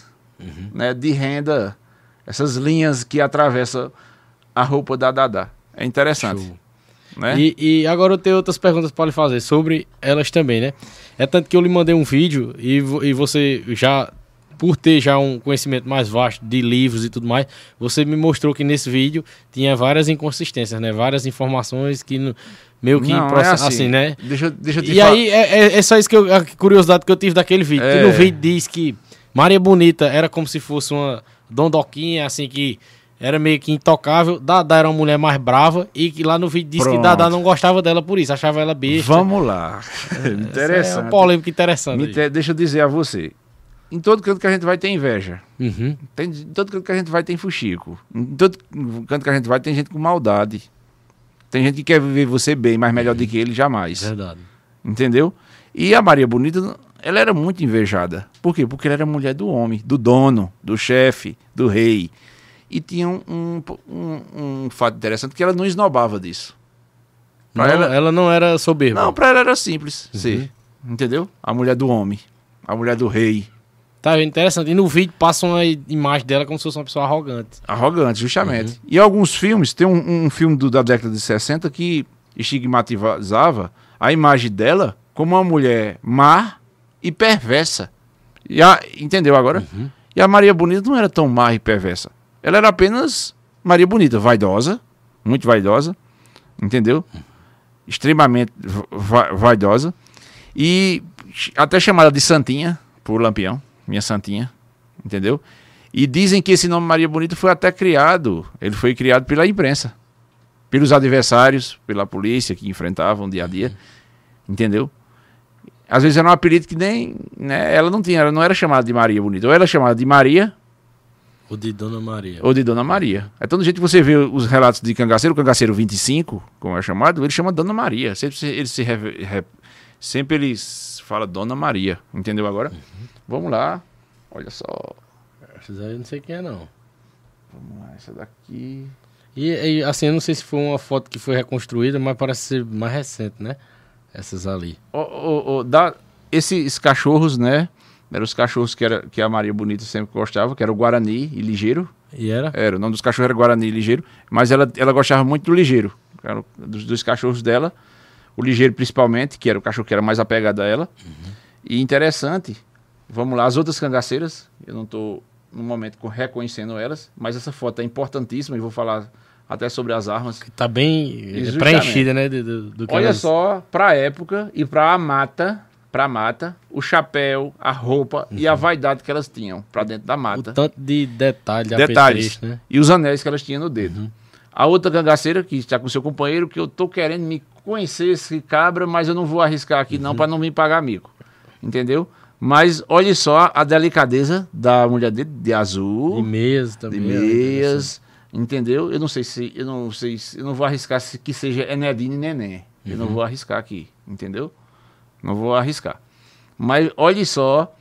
né, de renda, essas linhas que atravessam a roupa da Dada. É interessante. Show. Né? E agora eu tenho outras perguntas para lhe fazer sobre elas também, né? É tanto que eu lhe mandei um vídeo e você já, por ter já um conhecimento mais vasto de livros e tudo mais, você me mostrou que nesse vídeo tinha várias inconsistências, né? Várias informações que meio que Não, é assim, né? Deixa eu te e aí é só isso que a curiosidade que eu tive daquele vídeo. Que no vídeo diz que Maria Bonita era como se fosse uma dondoquinha, assim, que era meio que intocável. Dada era uma mulher mais brava e que lá no vídeo diz que Dada não gostava dela por isso, achava ela besta. Vamos lá. Interessante. É uma polêmica interessante. Deixa eu dizer a você. Em todo canto que a gente vai ter inveja. Uhum. Em todo canto que a gente vai tem fuxico. Em todo canto que a gente vai tem gente com maldade. Tem gente que quer viver você bem, mas melhor do que ele jamais. Verdade. Entendeu? E a Maria Bonita, ela era muito invejada. Por quê? Porque ela era mulher do homem, do dono, do chefe, do rei. E tinha um fato interessante, que ela não esnobava disso. Não, ela não era soberba. Não, pra ela era simples ser. Entendeu? A mulher do homem, a mulher do rei. Tá vendo? Interessante. E no vídeo passa uma imagem dela como se fosse uma pessoa arrogante. Arrogante, justamente. E alguns filmes, tem um filme da década de 60 que estigmatizava a imagem dela como uma mulher má e perversa. Entendeu agora? E a Maria Bonita não era tão má e perversa. Ela era apenas Maria Bonita, vaidosa, muito vaidosa, entendeu? Extremamente vaidosa. E até chamada de Santinha, por Lampião, minha Santinha, entendeu? E dizem que esse nome Maria Bonita foi até criado, ele foi criado pela imprensa, pelos adversários, pela polícia que enfrentavam dia a dia, entendeu? Às vezes era um apelido que nem, né, ela não era chamada de Maria Bonita, ou era chamada de Maria, ou de Dona Maria. Ou de Dona Maria. Então, do jeito que você vê os relatos de Cangaceiro, o Cangaceiro 25, como é chamado, ele chama Dona Maria. Sempre ele fala Dona Maria. Entendeu agora? Vamos lá. Olha só. Essa aí eu não sei quem é, não. Vamos lá, essa daqui. E assim, eu não sei se foi uma foto que foi reconstruída, mas parece ser mais recente, né? Essas ali. Esses cachorros, né? Eram os cachorros que a Maria Bonita sempre gostava, que era o Guarani e Ligeiro. E era? Era, o nome dos cachorros era Guarani e Ligeiro, mas ela gostava muito do Ligeiro. Era dos cachorros dela, o Ligeiro principalmente, que era o cachorro que era mais apegado a ela. E interessante, vamos lá, as outras cangaceiras, eu não estou no momento reconhecendo elas, mas essa foto é importantíssima e vou falar até sobre as armas. Que tá bem preenchida, né? Do que olha só, para a época e para a mata... Pra mata, o chapéu, a roupa e a vaidade que elas tinham pra dentro da mata. O tanto de detalhes, né? E os anéis que elas tinham no dedo. A outra cangaceira que está com seu companheiro, que eu tô querendo me conhecer esse cabra, mas eu não vou arriscar aqui não para não me pagar mico. Entendeu? Mas olha só a delicadeza da mulher dele, de azul. De meias também. De meias, entendeu? Eu não vou arriscar que seja Enedine e Neném. Eu não vou arriscar aqui, entendeu? Não vou arriscar. Mas olhe só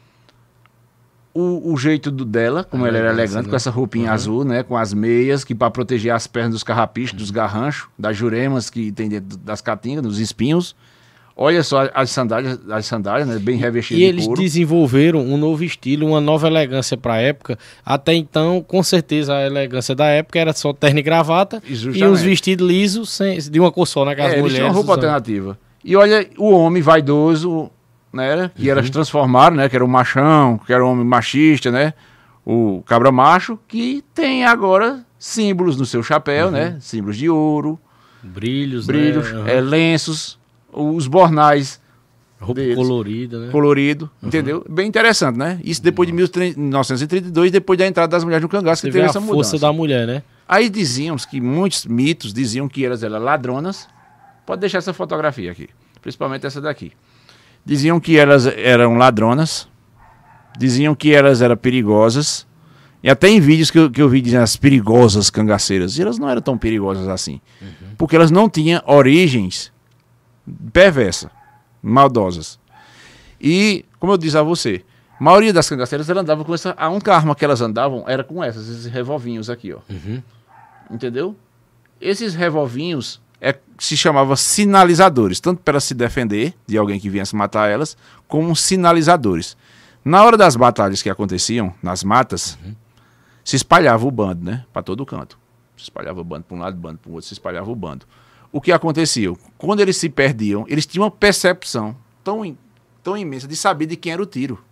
o jeito dela, como ela era elegante, né? Com essa roupinha azul, né? Com as meias, que para proteger as pernas dos carrapichos, dos garranchos, das juremas que tem dentro das caatingas, dos espinhos. Olha só as sandálias, né? Bem revestidas de couro. E eles desenvolveram um novo estilo, uma nova elegância para a época. Até então, com certeza, a elegância da época era só terno e gravata. E os vestidos lisos, de uma cor só, né? Que as mulheres eles tinham uma roupa alternativa. E olha o homem vaidoso, né, que elas transformaram, né, que era o machão, que era o homem machista, né, o cabra macho, que tem agora símbolos no seu chapéu, né, símbolos de ouro, brilhos, né? Lenços, os bornais. Roupa colorida, né? Colorido, entendeu? Bem interessante, né? Isso depois de 1932, depois da entrada das mulheres no cangaço, que teve essa mudança. Força da mulher, né? Aí dizíamos que muitos mitos diziam que elas eram ladronas. Pode deixar essa fotografia aqui, principalmente essa daqui. Diziam que elas eram ladronas, diziam que elas eram perigosas, e até em vídeos que eu vi dizendo as perigosas cangaceiras, e elas não eram tão perigosas assim, porque elas não tinham origens perversas, maldosas. E, como eu disse a você, a maioria das cangaceiras elas andavam com essa, a única arma que elas andavam era com esses revolvinhos aqui, ó. Entendeu? Esses revolvinhos se chamava sinalizadores, tanto para se defender de alguém que viesse matar elas, como sinalizadores. Na hora das batalhas que aconteciam, nas matas, se espalhava o bando, né? Para todo canto. Se espalhava o bando para um lado, bando para o outro, se espalhava o bando. O que acontecia? Quando eles se perdiam, eles tinham uma percepção tão imensa de saber de quem era o tiro.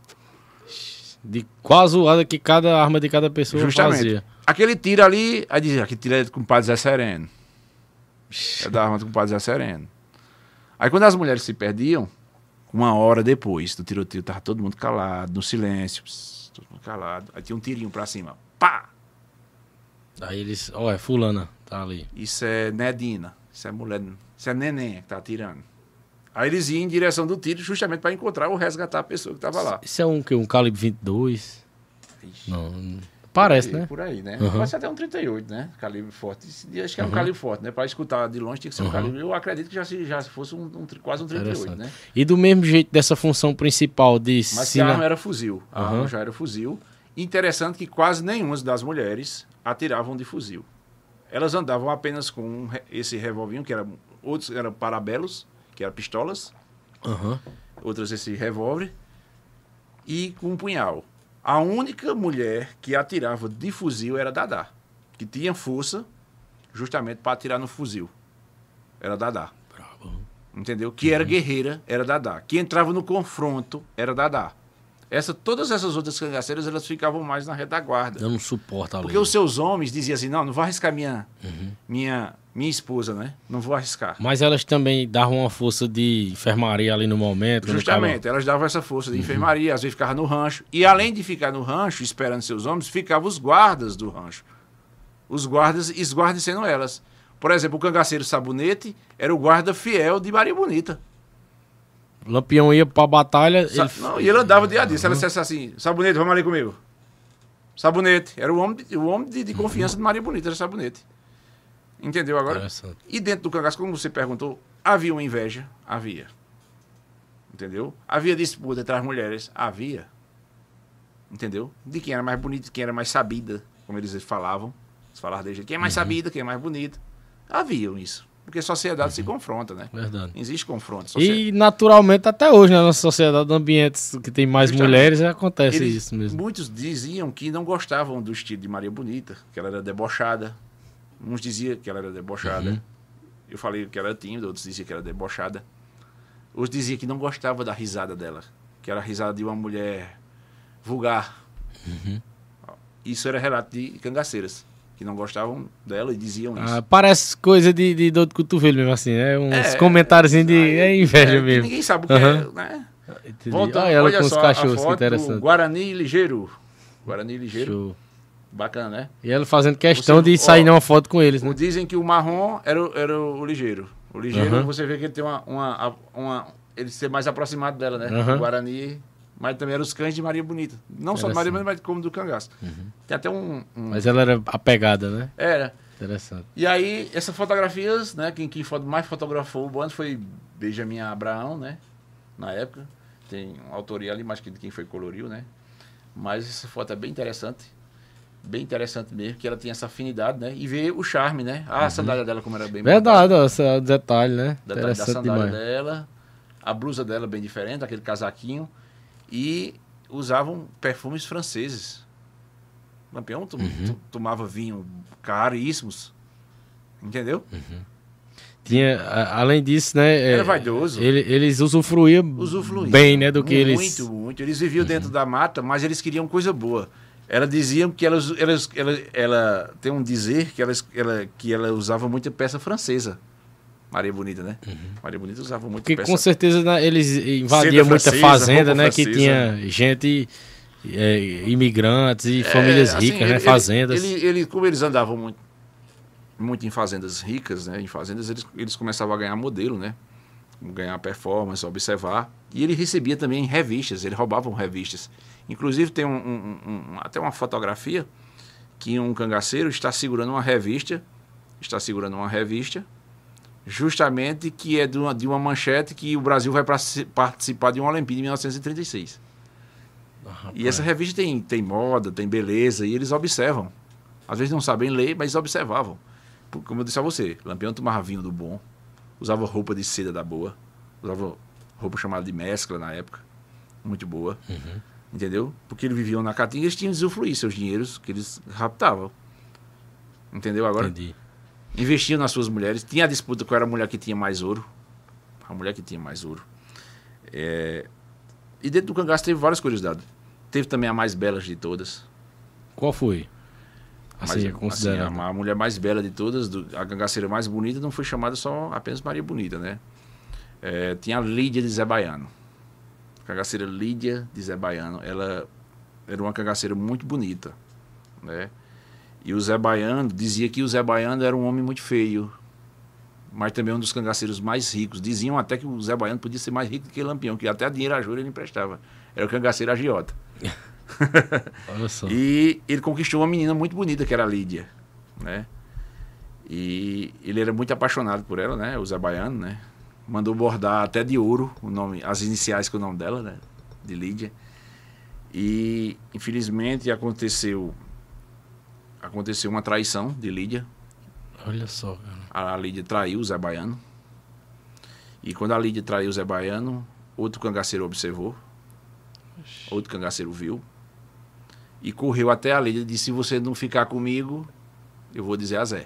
De qual a zoada que cada arma de cada pessoa fazia. Aquele tiro ali, aí dizia, aquele tiro é com o Padre Zé Sereno. É da arma com o Padre Zé Sereno. Aí quando as mulheres se perdiam, uma hora depois do tiroteio, tava todo mundo calado, no silêncio, todo mundo calado. Aí tinha um tirinho pra cima, pá! Aí eles, é fulana, tá ali. Isso é Nedina, isso é mulher, isso é neném que tá atirando. Aí eles iam em direção do tiro justamente para encontrar ou resgatar a pessoa que tava lá. Isso é um calibre 22? Ixi. Não, parece, né? Por aí, né? Pode ser até um 38, né? Calibre forte. Acho que é um calibre forte, né? Para escutar de longe tinha que ser um calibre. Eu acredito que já fosse quase um 38, né? E do mesmo jeito dessa função principal de... Mas a arma era fuzil. A arma já era fuzil. Interessante que quase nenhuma das mulheres atiravam de fuzil. Elas andavam apenas com esse revolvinho, que outros eram parabelos, que eram pistolas. Outras esse revólver. E com um punhal. A única mulher que atirava de fuzil era Dadá, que tinha força justamente para atirar no fuzil. Era Dadá. Bravo. Entendeu? Que era guerreira, era Dadá. Que entrava no confronto, era Dadá. Todas essas outras cangaceiras, elas ficavam mais na retaguarda. Dando suporte ali. Porque os seus homens diziam assim, não vou arriscar minha esposa, né? Não vou arriscar. Mas elas também davam uma força de enfermaria ali no momento. Justamente, elas davam essa força de enfermaria, às vezes ficavam no rancho. E além de ficar no rancho, esperando seus homens, ficavam os guardas do rancho. Os guardas sendo elas. Por exemplo, o cangaceiro Sabonete era o guarda fiel de Maria Bonita. O Lampião ia pra batalha... E ele andava dia a dia. Se ela dissesse assim, Sabonete, vamos ali comigo. Sabonete. Era o homem de confiança de Maria Bonita, era Sabonete. Entendeu agora? E dentro do cangaço, como você perguntou, havia uma inveja? Havia. Entendeu? Havia disputa entre as mulheres? Havia. Entendeu? De quem era mais bonita, de quem era mais sabida, como eles falavam. Eles falavam de jeito. Quem é mais sabida, quem é mais bonita. Havia isso. Porque a sociedade se confronta, né? Verdade. Existe confronto. E naturalmente até hoje, na nossa sociedade, ambientes que tem mais mulheres, acontece isso mesmo. Muitos diziam que não gostavam do estilo de Maria Bonita, que ela era debochada. Uns diziam que ela era debochada. Eu falei que ela era tímida, outros diziam que era debochada. Outros diziam que não gostava da risada dela, que era a risada de uma mulher vulgar. Isso era relato de cangaceiras, que não gostavam dela e diziam isso. Parece coisa de dor de cotovelo mesmo assim, né? Uns comentários de inveja mesmo. Ninguém sabe o que é, né? Voltando, ela com os só, cachorros, que interessante. Guarani Ligeiro. Guarani Ligeiro. Show. Bacana, né? E ela fazendo questão de sair numa foto com eles, né? Dizem que o marrom era o ligeiro. O ligeiro, você vê que ele tem ele ser mais aproximado dela, né? O Guarani, mas também eram os cães de Maria Bonita. Não só de Maria Bonita, mas como do cangaço. Tem até Mas ela era apegada, né? Era. Interessante. E aí, essas fotografias, né? Quem mais fotografou o bando foi Benjamin Abraão, né? Na época. Tem uma autoria ali, mas quem foi coloriu, né? Mas essa foto é bem interessante. Bem interessante mesmo, que ela tinha essa afinidade, né? E ver o charme, né? A sandália dela como era bem... Verdade, esse detalhe, né? Detalhe da sandália dela, a blusa dela bem diferente, aquele casaquinho. E usavam perfumes franceses. O Lampião tomava vinho caríssimos. Entendeu? Tinha, além disso, né? Era vaidoso. Eles usufruíam bem, né? Do que eles... Muito. Eles viviam dentro da mata, mas eles queriam coisa boa. Ela diziam que ela tem um dizer que ela usava muita peça francesa. Maria Bonita, né? Maria Bonita usava muita peça. Porque com certeza, né, eles invadiam muita fazenda, né? Que tinha gente, imigrantes e famílias ricas, né? Fazendas. Como eles andavam muito em fazendas ricas, né? Em fazendas, eles começavam a ganhar modelo, né? Ganhar performance, observar. E ele recebia também revistas, ele roubavam revistas. Inclusive tem até uma fotografia que um cangaceiro está segurando uma revista, justamente que é de uma manchete que o Brasil vai participar de uma Olimpíada em 1936. E essa revista tem moda, tem beleza, e eles observam. Às vezes não sabem ler, mas observavam. Como eu disse a você, Lampião tomava vinho do bom, usava roupa de seda da boa, usava roupa chamada de mescla na época, muito boa. Entendeu? Porque eles viviam na Caatinga, eles tinham que usufruir seus dinheiros que eles raptavam. Entendeu agora? Entendi. Investiam nas suas mulheres. Tinha a disputa qual era a mulher que tinha mais ouro. A mulher que tinha mais ouro. E dentro do cangaço teve várias curiosidades. Teve também a mais bela de todas. Qual foi? Assim, a mulher mais bela de todas, a cangaceira mais bonita, não foi chamada só apenas Maria Bonita, né? Tinha a Lídia de Zé Baiano. A cangaceira Lídia de Zé Baiano, ela era uma cangaceira muito bonita, né? E o Zé Baiano dizia que o Zé Baiano era um homem muito feio, mas também um dos cangaceiros mais ricos. Diziam até que o Zé Baiano podia ser mais rico do que Lampião, que até dinheiro a juros ele emprestava. Era o cangaceiro agiota. Olha só. E ele conquistou uma menina muito bonita, que era a Lídia, né? E ele era muito apaixonado por ela, né? O Zé Baiano, né? Mandou bordar até de ouro o nome, as iniciais com o nome dela, né? De Lídia. E infelizmente aconteceu uma traição de Lídia. Olha só, cara. A Lídia traiu o Zé Baiano. E quando a Lídia traiu o Zé Baiano, outro cangaceiro observou. Outro cangaceiro viu. E correu até a Lídia e disse: se você não ficar comigo, eu vou dizer a Zé.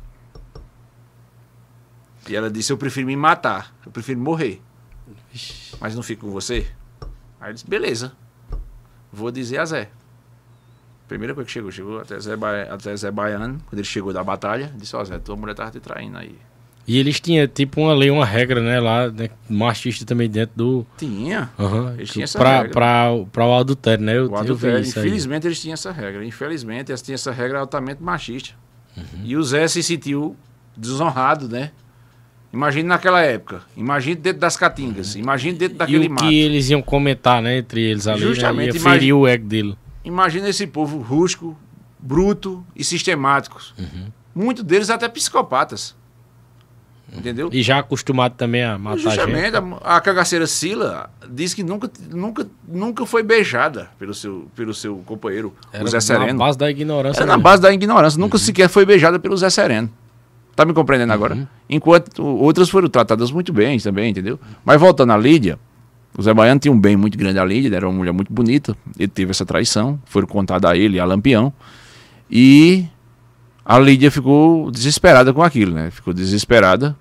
E ela disse: eu prefiro me matar, eu prefiro morrer. Mas não fico com você? Aí ele disse: beleza, vou dizer a Zé. Primeira coisa que chegou até Zé Baiano. Quando ele chegou da batalha, disse: ó, Zé, tua mulher tava te traindo aí. E eles tinham tipo uma lei, uma regra, né? Lá, né, machista também dentro do... Tinha. Uhum. Eles tinham essa regra. Pra o adultério, né? O adultério. Infelizmente eles tinham essa regra. Infelizmente eles tinham essa regra altamente machista. Uhum. E o Zé se sentiu desonrado, né? Imagine naquela época. Imagine dentro das caatingas. Imagine dentro daquele mato. E o que eles iam comentar, né? Entre eles ali, justamente, né, ia ferir o ego dele. Imagina esse povo rústico, bruto e sistemático. Uhum. Muitos deles até psicopatas. Entendeu? E já acostumado também a matar justamente, gente. A cangaceira Sila diz que nunca foi beijada pelo seu companheiro, o Zé Sereno. Na base da ignorância. Era na base da ignorância. Nunca sequer foi beijada pelo Zé Sereno. Tá me compreendendo agora? Enquanto outras foram tratadas muito bem também, entendeu? Mas voltando à Lídia, o Zé Baiano tinha um bem muito grande a Lídia, era uma mulher muito bonita. Ele teve essa traição, foram contadas a ele e a Lampião. E a Lídia ficou desesperada com aquilo, né? Ficou desesperada.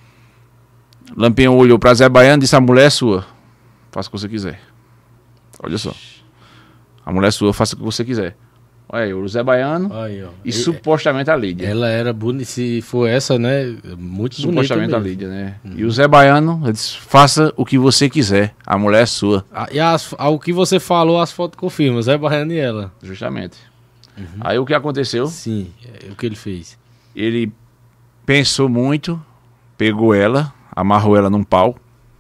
Lampião olhou para Zé Baiano e disse: a mulher é sua, faça o que você quiser. Olha só. A mulher é sua, faça o que você quiser. Olha aí, o Zé Baiano aí, e supostamente a Lídia. Ela era bonita, se for essa, né? Muito supostamente bonita. Supostamente a Lídia, né? E o Zé Baiano disse: faça o que você quiser, a mulher é sua. O que você falou, as fotos confirmam, Zé Baiano e ela. Justamente. Aí o que aconteceu? Sim, o que ele fez? Ele pensou muito, pegou ela, amarrou ela num pau.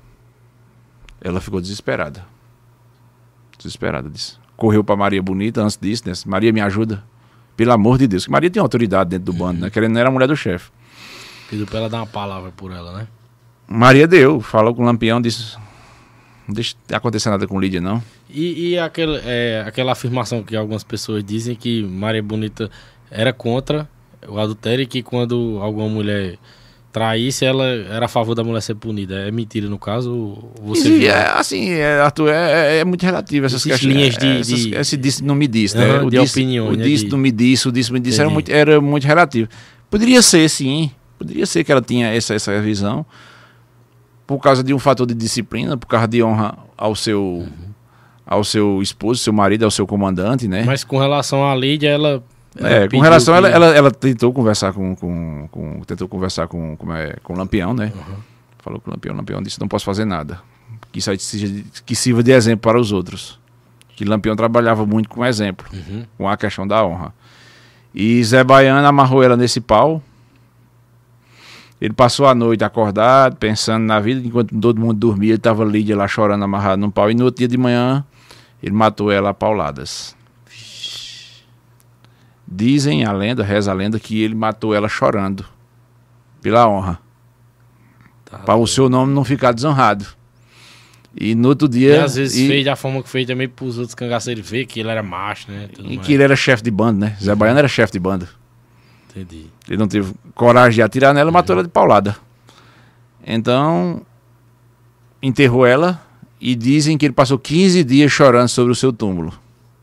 Ela ficou desesperada. Desesperada, disse. Correu para Maria Bonita antes disso, né? Maria, me ajuda. Pelo amor de Deus. Que Maria tem autoridade dentro do bando, né? Que ela não era a mulher do chefe. Pediu para ela dar uma palavra por ela, né? Maria deu. Falou com o Lampião, disse: não deixa acontecer nada com Lídia, não. E aquela afirmação que algumas pessoas dizem que Maria Bonita era contra o adultério e que quando alguma mulher traísse, ela era a favor da mulher ser punida. É mentira no caso? Você Arthur, é muito relativo essas linhas esse disse não me disse, né? O de opinião. O disse não me disse, o disse me disse, era muito relativo. Poderia ser, sim. Poderia ser que ela tinha essa visão por causa de um fator de disciplina, por causa de honra ao seu esposo, seu marido, ao seu comandante, né? Mas com relação à Lídia, ela com relação a ela tentou conversar com o Lampião, né? Falou com o Lampião disse: não posso fazer nada, que sirva de exemplo para os outros, que Lampião trabalhava muito com exemplo, com a questão da honra. E Zé Baiano amarrou ela nesse pau. Ele passou a noite acordado, pensando na vida, enquanto todo mundo dormia, ele estava Lídia lá chorando, amarrado num pau, e no outro dia de manhã ele matou ela a pauladas. Dizem a lenda, reza a lenda, que ele matou ela chorando, pela honra, para o seu nome não ficar desonrado. E no outro dia... E às vezes fez da forma que fez também para os outros cangaceiros ver que ele era macho, né? Que ele era chefe de bando, né? Zé Baiano era chefe de bando. Entendi. Ele não teve coragem de atirar nela, matou ela de paulada. Então, enterrou ela E dizem que ele passou 15 dias chorando sobre o seu túmulo.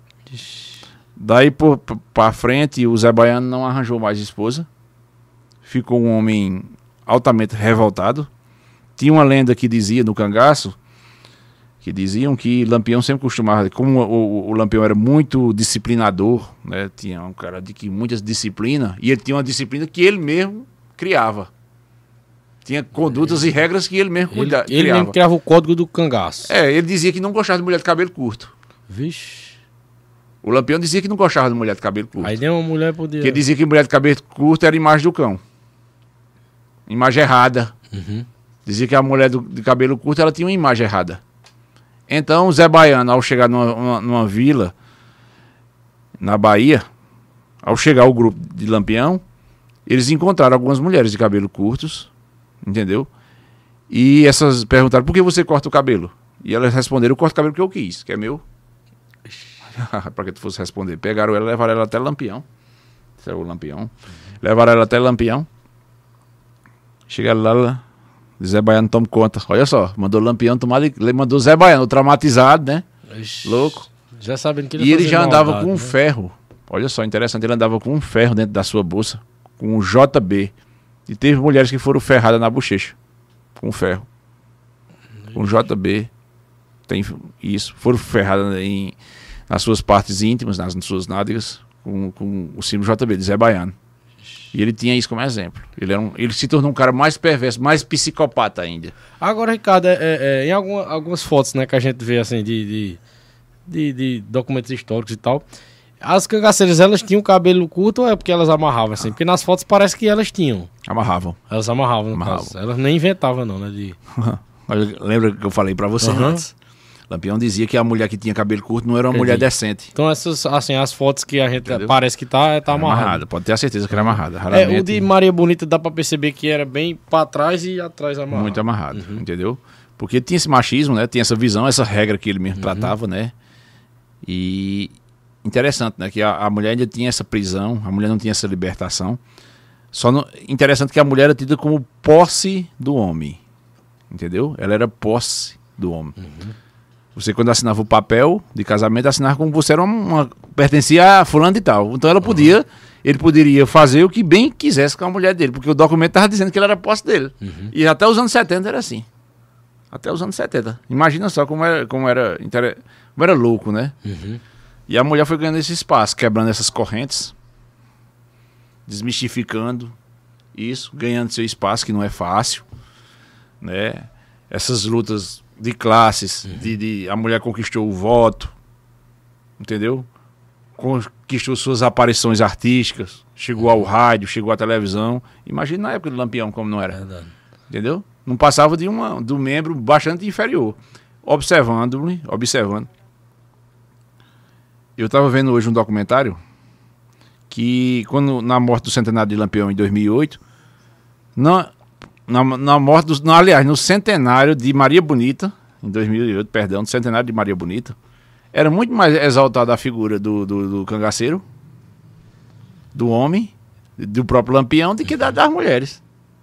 Daí pra frente, o Zé Baiano não arranjou mais esposa. Ficou um homem altamente revoltado. Tinha uma lenda que dizia no cangaço, que diziam que Lampião sempre costumava, como o Lampião era muito disciplinador, né? Tinha um cara de muitas disciplinas, e ele tinha uma disciplina que ele mesmo criava. Tinha condutas e regras que ele mesmo criava. Ele mesmo criava o código do cangaço. Ele dizia que não gostava de mulher de cabelo curto. Vixe. O Lampião dizia que não gostava de mulher de cabelo curto. Aí nem uma mulher podia... Porque ele dizia que mulher de cabelo curto era a imagem do cão. Imagem errada. Uhum. Dizia que a mulher de cabelo curto, ela tinha uma imagem errada. Então o Zé Baiano, ao chegar numa vila, na Bahia, ao chegar o grupo de Lampião, eles encontraram algumas mulheres de cabelo curtos, entendeu? E essas perguntaram, por que você corta o cabelo? E elas responderam, eu corto o cabelo porque eu quis, que é meu. Para que tu fosse responder. Pegaram ela, levaram ela até Lampião. Esse é o Lampião. Levaram ela até Lampião. Chegaram lá, Zé Baiano toma conta. Olha só, mandou Lampião tomar, mandou Zé Baiano, traumatizado, né? Ixi, louco. Já sabendo que E ele já andava maldade, com um ferro. Olha só, interessante, ele andava com um ferro dentro da sua bolsa, com um JB. E teve mulheres que foram ferradas na bochecha, com ferro. Com JB. Tem isso. Foram ferradas nas suas partes íntimas, nas suas nádegas, com o símbolo JB, de Zé Baiano. E ele tinha isso como exemplo. Ele se tornou um cara mais perverso, mais psicopata ainda. Agora, Ricardo, em algumas fotos, né, que a gente vê assim de documentos históricos e tal, as cangaceiras, elas tinham cabelo curto ou é porque elas amarravam assim? Porque nas fotos parece que elas tinham. Amarravam. Elas amarravam, no caso. Elas nem inventavam não, né? Lembra que eu falei pra você antes? Lampião dizia que a mulher que tinha cabelo curto não era uma mulher decente. Então essas, assim, as fotos que a gente parece que tá amarrada. Pode ter a certeza que era amarrada. O de Maria Bonita dá pra perceber que era bem pra trás e atrás amarrado. Muito amarrado, entendeu? Porque tinha esse machismo, né? Tinha essa visão, essa regra que ele mesmo tratava, né? E interessante, né? Que a mulher ainda tinha essa prisão, a mulher não tinha essa libertação. Interessante que a mulher era tida como posse do homem, entendeu? Ela era posse do homem. Você, quando assinava o papel de casamento, assinava como você era pertencia a fulano de tal. Então ele poderia fazer o que bem quisesse com a mulher dele, porque o documento estava dizendo que ela era posse dele. E até os anos 70 era assim. Até os anos 70. Imagina só como era louco, né? E a mulher foi ganhando esse espaço, quebrando essas correntes, desmistificando isso, ganhando seu espaço, que não é fácil, né? Essas lutas de classes, a mulher conquistou o voto, entendeu? Conquistou suas aparições artísticas, chegou ao rádio, chegou à televisão. Imagina na época do Lampião como não era, entendeu? Não passava de um membro bastante inferior. Observando. Eu estava vendo hoje um documentário que, na morte do centenário de Lampião em 2008, no centenário de Maria Bonita, em 2008, perdão, no centenário de Maria Bonita, era muito mais exaltada a figura do cangaceiro, do homem, do próprio Lampião, do que das mulheres.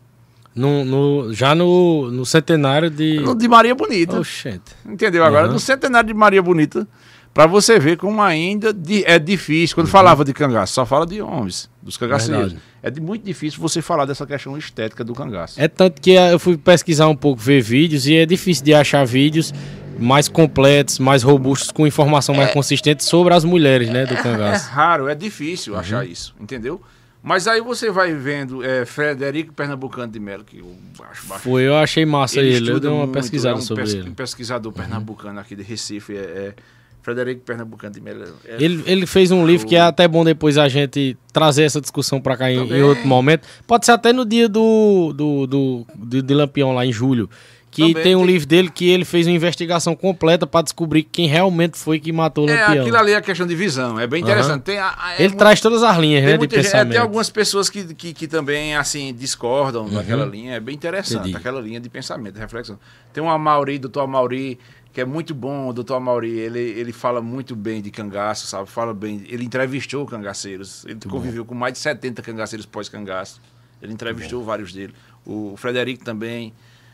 Já no centenário de Maria Bonita. Oxente. Entendeu? Agora, no centenário de Maria Bonita, para você ver como ainda é difícil. Quando falava de cangaço, só fala de homens, dos cangaceiros. Muito difícil você falar dessa questão estética do cangaço. É tanto que eu fui pesquisar um pouco, ver vídeos, e é difícil de achar vídeos mais completos, mais robustos, com informação mais consistente sobre as mulheres, né, do cangaço. É raro, é difícil achar isso, entendeu? Mas aí você vai vendo Frederico Pernambucano de Melo, que eu acho bastante. Eu achei massa ele, eu dei uma pesquisada sobre ele. Pesquisador pernambucano aqui de Recife, Frederico Pernambucano de Melo. Ele fez um livro que é até bom depois a gente trazer essa discussão pra cá em outro momento. Pode ser até no dia de Lampião, lá em julho. Que tem um livro dele que ele fez uma investigação completa pra descobrir quem realmente foi que matou o Lampião. Aquilo ali é questão de visão, é bem interessante. Ele traz todas as linhas, né, de pensamento. Tem algumas pessoas que também, assim, discordam daquela linha, é bem interessante, aquela linha de pensamento, de reflexão. Tem um Amauri, doutor Amauri, que é muito bom, o doutor Amauri, ele fala muito bem de cangaço, sabe? Fala bem, ele entrevistou cangaceiros, ele conviveu com mais de 70 cangaceiros pós-cangaço, ele entrevistou vários deles. O Frederico também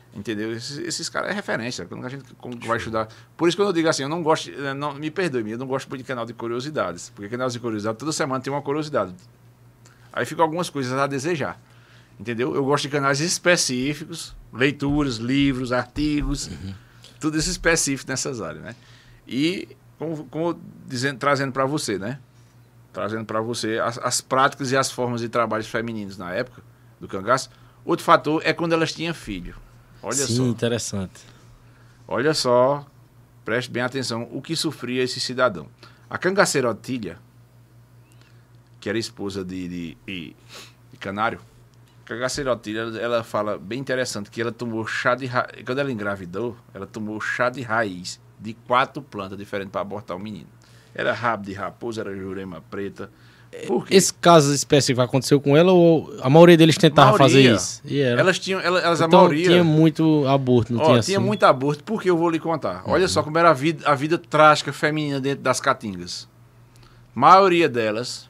Entendeu? Esses caras é referência. Quando a gente vai estudar. Por isso que eu digo assim, eu não gosto. Não, me perdoe, eu não gosto muito de canal de curiosidades. Porque canal de curiosidades, toda semana tem uma curiosidade. Aí ficam algumas coisas a desejar. Entendeu? Eu gosto de canais específicos, leituras, livros, artigos, tudo isso específico nessas áreas, né? E, trazendo para você, né? Trazendo para você as práticas e as formas de trabalhos femininos na época do cangaço. Outro fator é quando elas tinham filho. Olha Sim, só. interessante. Olha só, preste bem atenção o que sofria esse cidadão. A cangaceira Otília, que era esposa de Canário, a cangaceira Otília, ela fala bem interessante que ela tomou chá de raiz. Quando ela engravidou, ela tomou chá de raiz de 4 plantas diferentes para abortar o menino. Era rabo de raposa, era jurema preta. Por quê? Esse caso específico aconteceu com ela ou a maioria deles tentava fazer isso? E era. Elas tinham, elas, então, a maioria... tinha muito aborto, não tinha assim? Tinha muito aborto, porque eu vou lhe contar. Olha só como era a vida trágica feminina dentro das caatingas. Maioria delas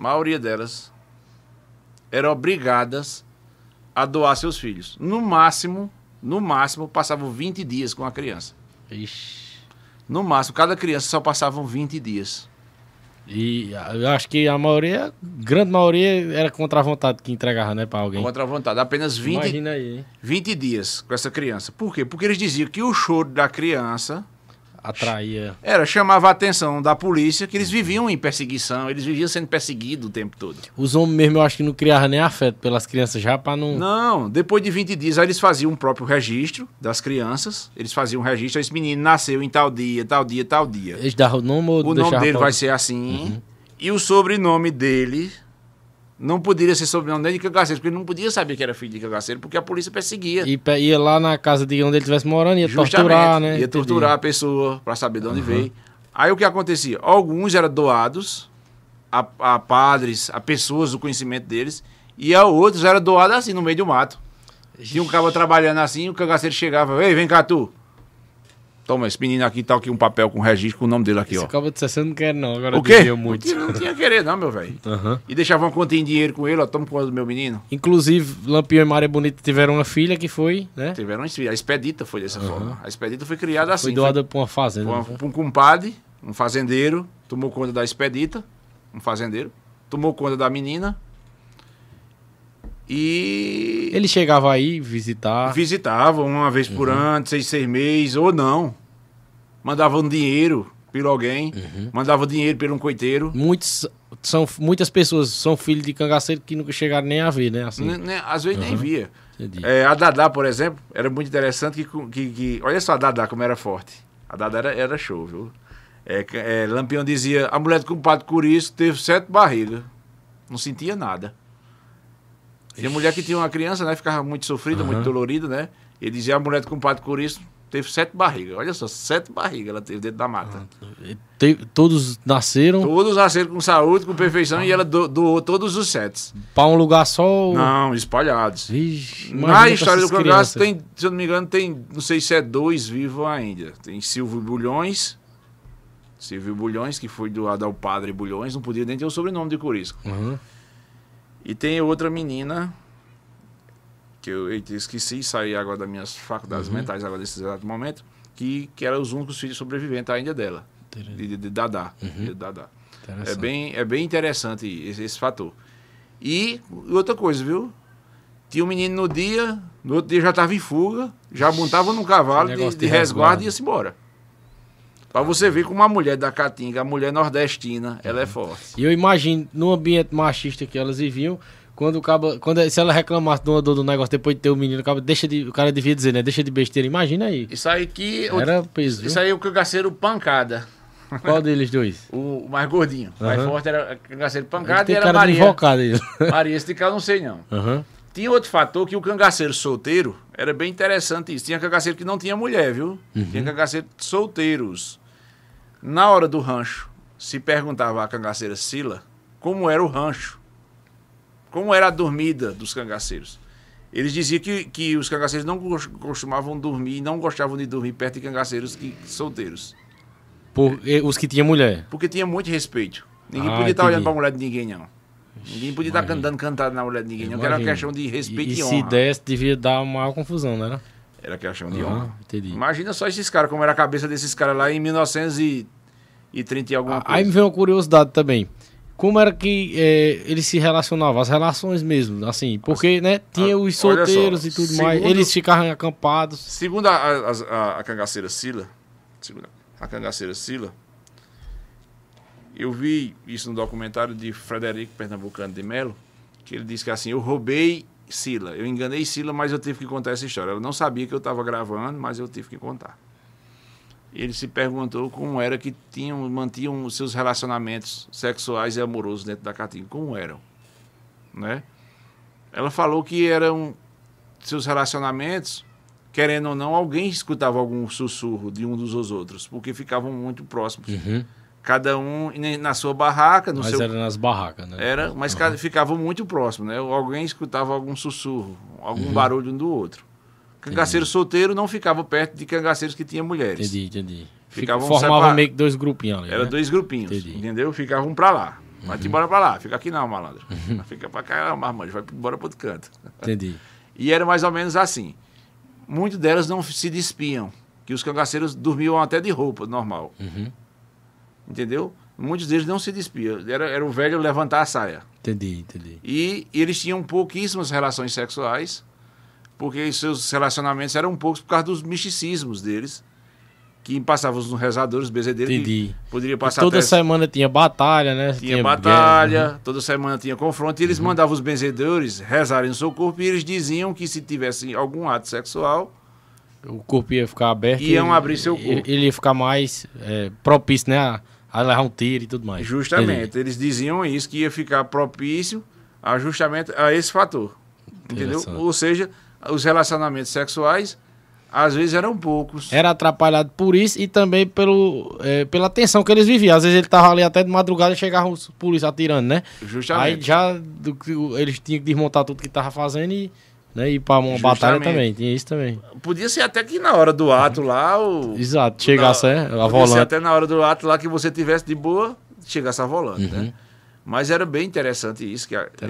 eram obrigadas a doar seus filhos. No máximo, passavam 20 dias com a criança. Ixi. No máximo, cada criança só passavam 20 dias. E eu acho que a maioria, grande maioria, era contra a vontade que entregava, né, para alguém. Contra a vontade. Apenas 20, Imagina aí, hein? 20 dias com essa criança. Por quê? Porque eles diziam que o choro da criança Atraía. chamava a atenção da polícia, que eles viviam em perseguição, eles viviam sendo perseguidos o tempo todo. Os homens mesmo, eu acho que não criavam nem afeto pelas crianças já para não... Não, depois de 20 dias, aí eles faziam um próprio registro das crianças, eles faziam um registro, esse menino nasceu em tal dia, tal dia, tal dia. Eles davam o nome ou O nome dele vai ser assim, e o sobrenome dele não poderia ser sobrenome nem de cangaceiro, porque ele não podia saber que era filho de cangaceiro, porque a polícia perseguia. E ia lá na casa de onde ele estivesse morando, ia Justamente, torturar, né? Ia torturar a pessoa para saber de onde veio. Aí o que acontecia? Alguns eram doados a padres, a pessoas do conhecimento deles, e a outros eram doados assim, no meio do mato. Tinha um cara trabalhando assim, o cangaceiro chegava, ei, vem cá tu. Toma, esse menino aqui tá aqui um papel com registro com o nome dele aqui, Esse ó. acaba de ser, você não quer não, agora O quê? devia muito. Não tinha querer não, meu velho. E deixava uma continha de dinheiro com ele, ó, toma conta do meu menino. Inclusive, Lampião e Maria Bonita tiveram uma filha que foi, né? Tiveram uma filha, a Expedita foi dessa forma. A Expedita foi criada assim. Foi doada pra uma fazenda. Pra um compadre, um fazendeiro, tomou conta da Expedita, um fazendeiro, tomou conta da menina. E Ele chegava aí visitar. visitava uma vez por ano, 6 meses, ou não. Mandavam dinheiro por alguém, mandava dinheiro por um coiteiro. Muitas pessoas são filhos de cangaceiro que nunca chegaram nem a ver, né? Assim. Às vezes nem via. Entendi. A Dadá, por exemplo, era muito interessante que olha só a Dadá como era forte. A Dadá era show, viu? Lampião dizia, a mulher do compadre Curiço teve 7 barrigas. Não sentia nada. E a mulher que tinha uma criança, né, ficava muito sofrida, muito dolorida, né? Ele dizia, a mulher do compadre Curiço teve 7 barrigas. Olha só, 7 barrigas ela teve dentro da mata. Todos nasceram Todos nasceram com saúde, com perfeição, e ela doou todos os 7. para um lugar só. Não, espalhados. Vixe, Na história do essas cangaço, crianças. tem, se eu não me engano, tem, não sei se é 2 vivos ainda. Tem Silvio Bulhões, que foi doado ao padre Bulhões, não podia nem ter o sobrenome de Corisco. E tem outra menina, que eu esqueci, saí agora das minhas faculdades mentais, agora nesse exato momento, que eram os únicos filhos sobreviventes ainda dela, de Dadá. De Dadá. É bem interessante esse fator. E outra coisa, viu? Tinha um menino no outro dia já estava em fuga, já montava num cavalo de resguardo e ia-se embora. Pra você ver como a mulher da Caatinga, a mulher nordestina, ela é forte. E eu imagino, no ambiente machista que elas viviam, se ela reclamasse de uma dor do negócio depois de ter o menino, o cara devia dizer, né? Deixa de besteira. Imagina aí. Isso aí que... Era peso. Isso aí é o cangaceiro pancada. Qual deles dois? O mais gordinho. O mais forte era o cangaceiro pancada e era cara Maria. invocado aí. Maria, esse de cá eu não sei não. Tinha outro fator que o cangaceiro solteiro, era bem interessante isso. Tinha cangaceiro que não tinha mulher, viu? Tinha cangaceiro solteiros. Na hora do rancho, se perguntava à cangaceira Sila como era o rancho. Como era a dormida dos cangaceiros. Eles diziam que os cangaceiros não costumavam dormir, não gostavam de dormir perto de cangaceiros solteiros. Os que tinham mulher? Porque tinha muito respeito. Ninguém podia estar olhando para a mulher de ninguém, não. Ninguém podia estar dando cantado na mulher de ninguém, não. Que era uma questão de respeito e honra. E se desse, devia dar uma maior confusão, não era? Era questão de honra. Entendi. Imagina só esses caras, como era a cabeça desses caras lá em 1930 e alguma coisa. Aí me veio uma curiosidade também. Como era que eles se relacionavam? As relações mesmo, assim, porque, né, tinha os solteiros e tudo mais, eles ficavam acampados. Segundo a cangaceira Sila, eu vi isso no documentário de Frederico Pernambucano de Melo, que ele disse que assim, eu roubei Sila, eu enganei Sila, mas eu tive que contar essa história. Ela não sabia que eu estava gravando, mas eu tive que contar. Ele se perguntou como era que mantinham os seus relacionamentos sexuais e amorosos dentro da Caatinga. Como eram, né? Ela falou que eram seus relacionamentos, querendo ou não, alguém escutava algum sussurro de um dos outros, porque ficavam muito próximos. Uhum. Cada um na sua barraca. Mas era nas barracas, né? Mas ficavam muito próximos, né? Alguém escutava algum sussurro, algum barulho um do outro. Cangaceiro solteiro não ficava perto de cangaceiros que tinham mulheres. Entendi. Formava meio que dois grupinhos ali. Era, né? Dois grupinhos, entendeu? Ficavam um pra lá. Vai-te embora pra lá. Fica aqui não, malandro. Fica pra cá, marmanjo. Vai embora pro outro canto. Entendi. E era mais ou menos assim. Muitas delas não se despiam. Que os cangaceiros dormiam até de roupa, normal. Uhum. Entendeu? Muitos deles não se despiam. Era o velho levantar a saia. Entendi. E eles tinham pouquíssimas relações sexuais, porque seus relacionamentos eram poucos por causa dos misticismos deles, que passavam nos rezadores, bezedeiros, que poderia passar toda semana tinha batalha, né? Tinha batalha, guerra. Toda semana tinha confronto, e eles mandavam os benzedores rezarem no seu corpo, e eles diziam que se tivesse algum ato sexual, o corpo ia ficar aberto. Iam abrir seu corpo. Ele ia ficar mais propício, né? A levar um tiro e tudo mais. Justamente. Eles diziam isso, que ia ficar propício justamente a esse fator. Entendeu? Ou seja, os relacionamentos sexuais às vezes eram poucos. Era atrapalhado por isso e também pela tensão que eles viviam. Às vezes ele tava ali até de madrugada e chegavam os polícias atirando, né? Justamente. Aí já eles tinham que desmontar tudo que tava fazendo e ir pra uma batalha também. Tinha isso também. Podia ser até que na hora do ato lá... Exato, chegasse a volante. Podia ser até na hora do ato lá que você tivesse de boa, chegasse a volante, né? Mas era bem interessante isso.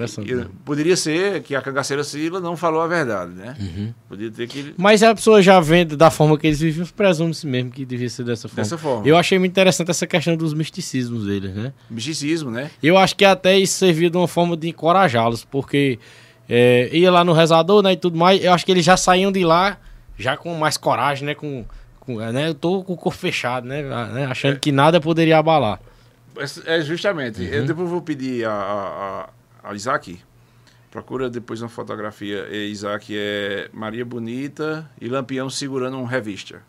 Poderia ser que a cangaceira Sila não falou a verdade, né? Podia ter que... Mas a pessoa já vendo da forma que eles viviam, presume-se mesmo que devia ser dessa forma. Eu achei muito interessante essa questão dos misticismos deles, né? Misticismo, né? Eu acho que até isso servia de uma forma de encorajá-los, porque ia lá no rezador, né, e tudo mais. Eu acho que eles já saíam de lá já com mais coragem, né? Né? Eu tô com o corpo fechado, né? Achando que nada poderia abalar. Justamente. Eu depois vou pedir a Isaac. Procura depois uma fotografia. Isaac é Maria Bonita e Lampião segurando um revista.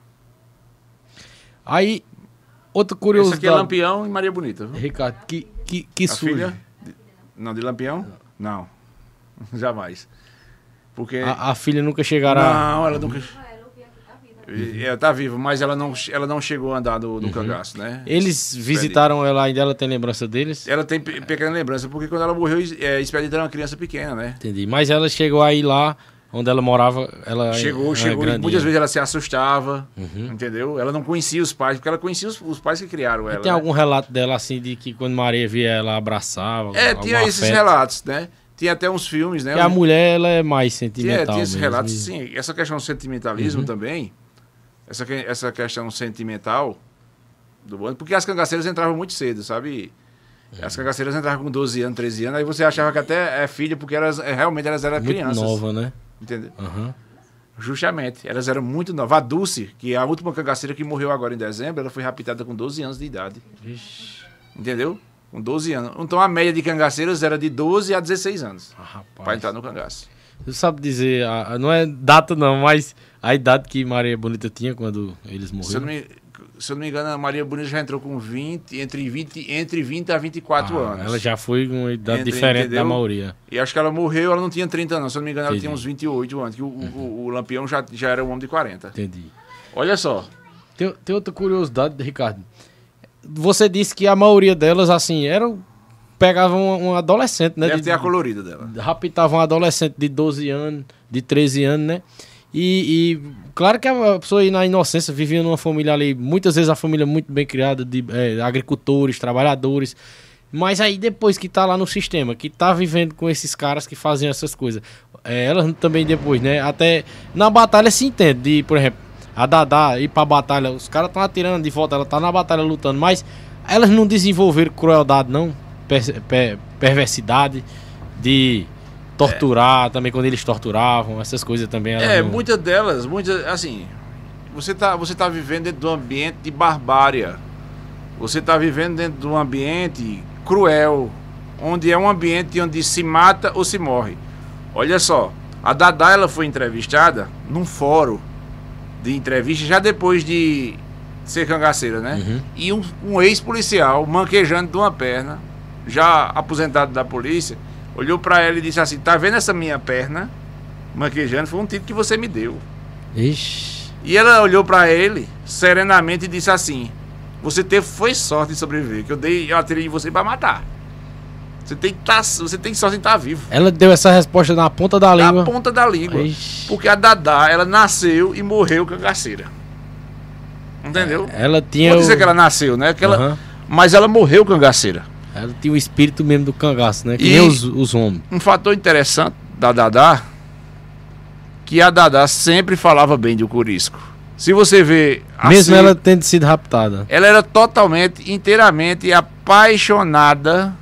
Aí, outra curiosidade. Essa aqui é Lampião e Maria Bonita. Viu? Ricardo, que filha? Não, de Lampião? Não. Jamais. Porque... A filha nunca chegará... Não, ela nunca... Ela tá viva, mas ela não chegou a andar do cangaço, né? Eles visitaram ela ainda, ela tem lembrança deles? Ela tem pequena lembrança, porque quando ela morreu, Expedito era uma criança pequena, né? Entendi, mas ela chegou aí lá, onde ela morava, ela... Chegou, muitas vezes ela se assustava, entendeu? Ela não conhecia os pais, porque ela conhecia os pais que criaram ela. E tem algum relato dela, assim, de que quando Maria via ela abraçava? Tinha esses relatos, né? Tinha até uns filmes, né? Que a mulher, ela é mais sentimental. Tinha esses relatos, sim. Essa questão do sentimentalismo também... Essa questão sentimental do bando, porque as cangaceiras entravam muito cedo, sabe? As cangaceiras entravam com 12 anos, 13 anos, aí você achava que até é filha, porque realmente elas eram muito crianças. Nova, né? Entendeu? Justamente, elas eram muito novas. A Dulce, que é a última cangaceira que morreu agora em dezembro, ela foi raptada com 12 anos de idade. Vixe. Entendeu? Com 12 anos. Então a média de cangaceiras era de 12 a 16 anos. Para entrar no cangaço. Você sabe dizer, não é data não, mas a idade que Maria Bonita tinha quando eles morreram? Se eu não me engano, a Maria Bonita já entrou com entre 20 a 24 anos. Ela já foi com uma idade diferente, entendeu? Da maioria. E acho que ela morreu, ela não tinha 30 anos. Se eu não me engano, ela tinha uns 28 anos. Que o Lampião já era um homem de 40. Entendi. Olha só. Tem outra curiosidade, Ricardo. Você disse que a maioria delas, assim, pegavam um adolescente, né? Deve ter a colorida dela. Raptavam um adolescente de 12 anos, de 13 anos, né? E claro que a pessoa aí na inocência vivia numa família ali, muitas vezes a família muito bem criada, de agricultores, trabalhadores. Mas aí depois que tá lá no sistema, que tá vivendo com esses caras que faziam essas coisas, elas também depois, né? Até na batalha se entende, de, por exemplo, a Dadá ir pra batalha, os caras estão atirando de volta, ela tá na batalha lutando, mas elas não desenvolveram crueldade, não? Perversidade de torturar também, quando eles torturavam, essas coisas também. Muitas delas, assim, você tá vivendo dentro de um ambiente de barbárie. Você tá vivendo dentro de um ambiente cruel, onde é um ambiente onde se mata ou se morre. Olha só, a Dadá, ela foi entrevistada num fórum de entrevista já depois de ser cangaceira, né? Uhum. E um ex-policial manquejando de uma perna, já aposentado da polícia, olhou pra ela e disse assim: tá vendo essa minha perna manquejando? Foi um tiro que você me deu. Ixi. E ela olhou pra ele serenamente e disse assim: foi sorte de sobreviver, que eu atirei em você pra matar. Você tem sorte em estar vivo. Ela deu essa resposta na ponta da língua. Na ponta da língua. Ixi. Porque a Dadá, ela nasceu e morreu cangaceira. Entendeu? Ela tinha. Vou dizer que ela nasceu, né? Mas ela morreu cangaceira. Ela tinha o espírito mesmo do cangaço, né? Que E nem os homens. Um fator interessante da Dadá, que a Dadá sempre falava bem de Curisco. Se você vê... Mesmo ela tendo sido raptada. Ela era inteiramente apaixonada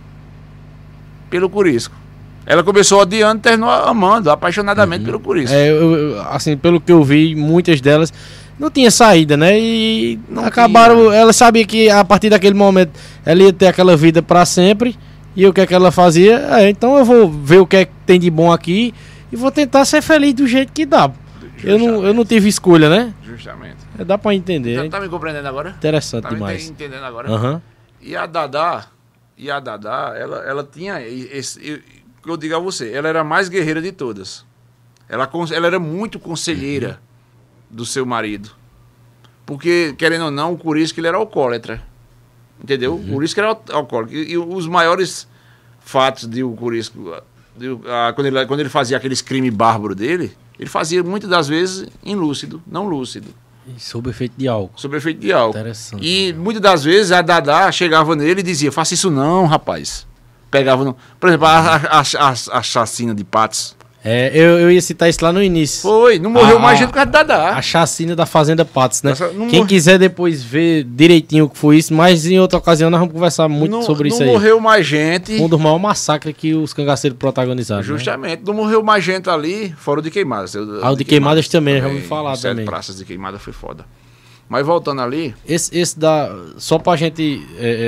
pelo Curisco. Ela começou odiando e terminou amando, apaixonadamente pelo Curisco. Assim, pelo que eu vi, muitas delas não tinha saída, né? E não acabaram... tinha. Ela sabia que a partir daquele momento ela ia ter aquela vida pra sempre. E o que é que ela fazia? Então eu vou ver o que é que tem de bom aqui e vou tentar ser feliz do jeito que dá. Eu não tive escolha, né? Justamente. Dá pra entender. Tá me compreendendo agora? Interessante tá demais. Me entendendo agora? Uhum. E a Dadá, ela tinha eu digo a você, ela era a mais guerreira de todas. Ela era muito conselheira do seu marido. Porque, querendo ou não, o Curisco ele era alcoólatra. Entendeu? O Curisco era alcoólico. E os maiores fatos de o Curisco, quando ele fazia aqueles crimes bárbaros dele, ele fazia muitas das vezes não lúcido. Sob efeito de álcool. Sob efeito de álcool. Interessante. E muitas das vezes a Dadá chegava nele e dizia: faça isso não, rapaz. Pegava no... Por exemplo, a chacina de Patos. Eu ia citar isso lá no início. Não morreu mais gente por causa da Dadá. A chacina da Fazenda Patos, né? Quem morre... quiser depois ver direitinho o que foi isso, mas em outra ocasião nós vamos conversar muito sobre isso aí. Não morreu mais gente. Um dos maiores massacres que os cangaceiros protagonizaram. Justamente. Né? Não morreu mais gente ali, fora o de Queimadas. O de Queimadas também, já vamos falar também. 7 praças de Queimada foi foda. Mas voltando ali... Esse só pra gente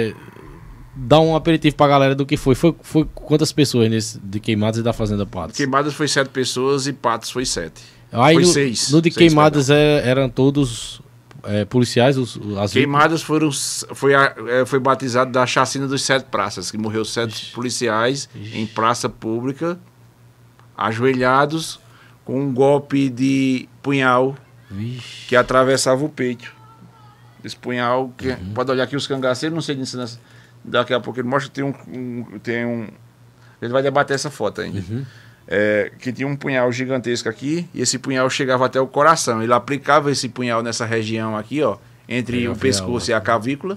dar um aperitivo pra galera do que foi. Foi quantas pessoas nesse de Queimadas e da Fazenda Patos? Queimadas foi 7 pessoas e Patos foi 7. Aí foi no, 6. No de Queimadas eram todos policiais? Queimadas foi batizado da chacina dos 7 praças, que morreu 7 policiais em praça pública, ajoelhados, com um golpe de punhal que atravessava o peito. Esse punhal, que pode olhar aqui os cangaceiros, não sei de ensinar. Daqui a pouco ele mostra que tem um... Ele vai debater essa foto ainda. Que tinha um punhal gigantesco aqui, e esse punhal chegava até o coração. Ele aplicava esse punhal nessa região aqui, ó, entre o pescoço e a cavícula,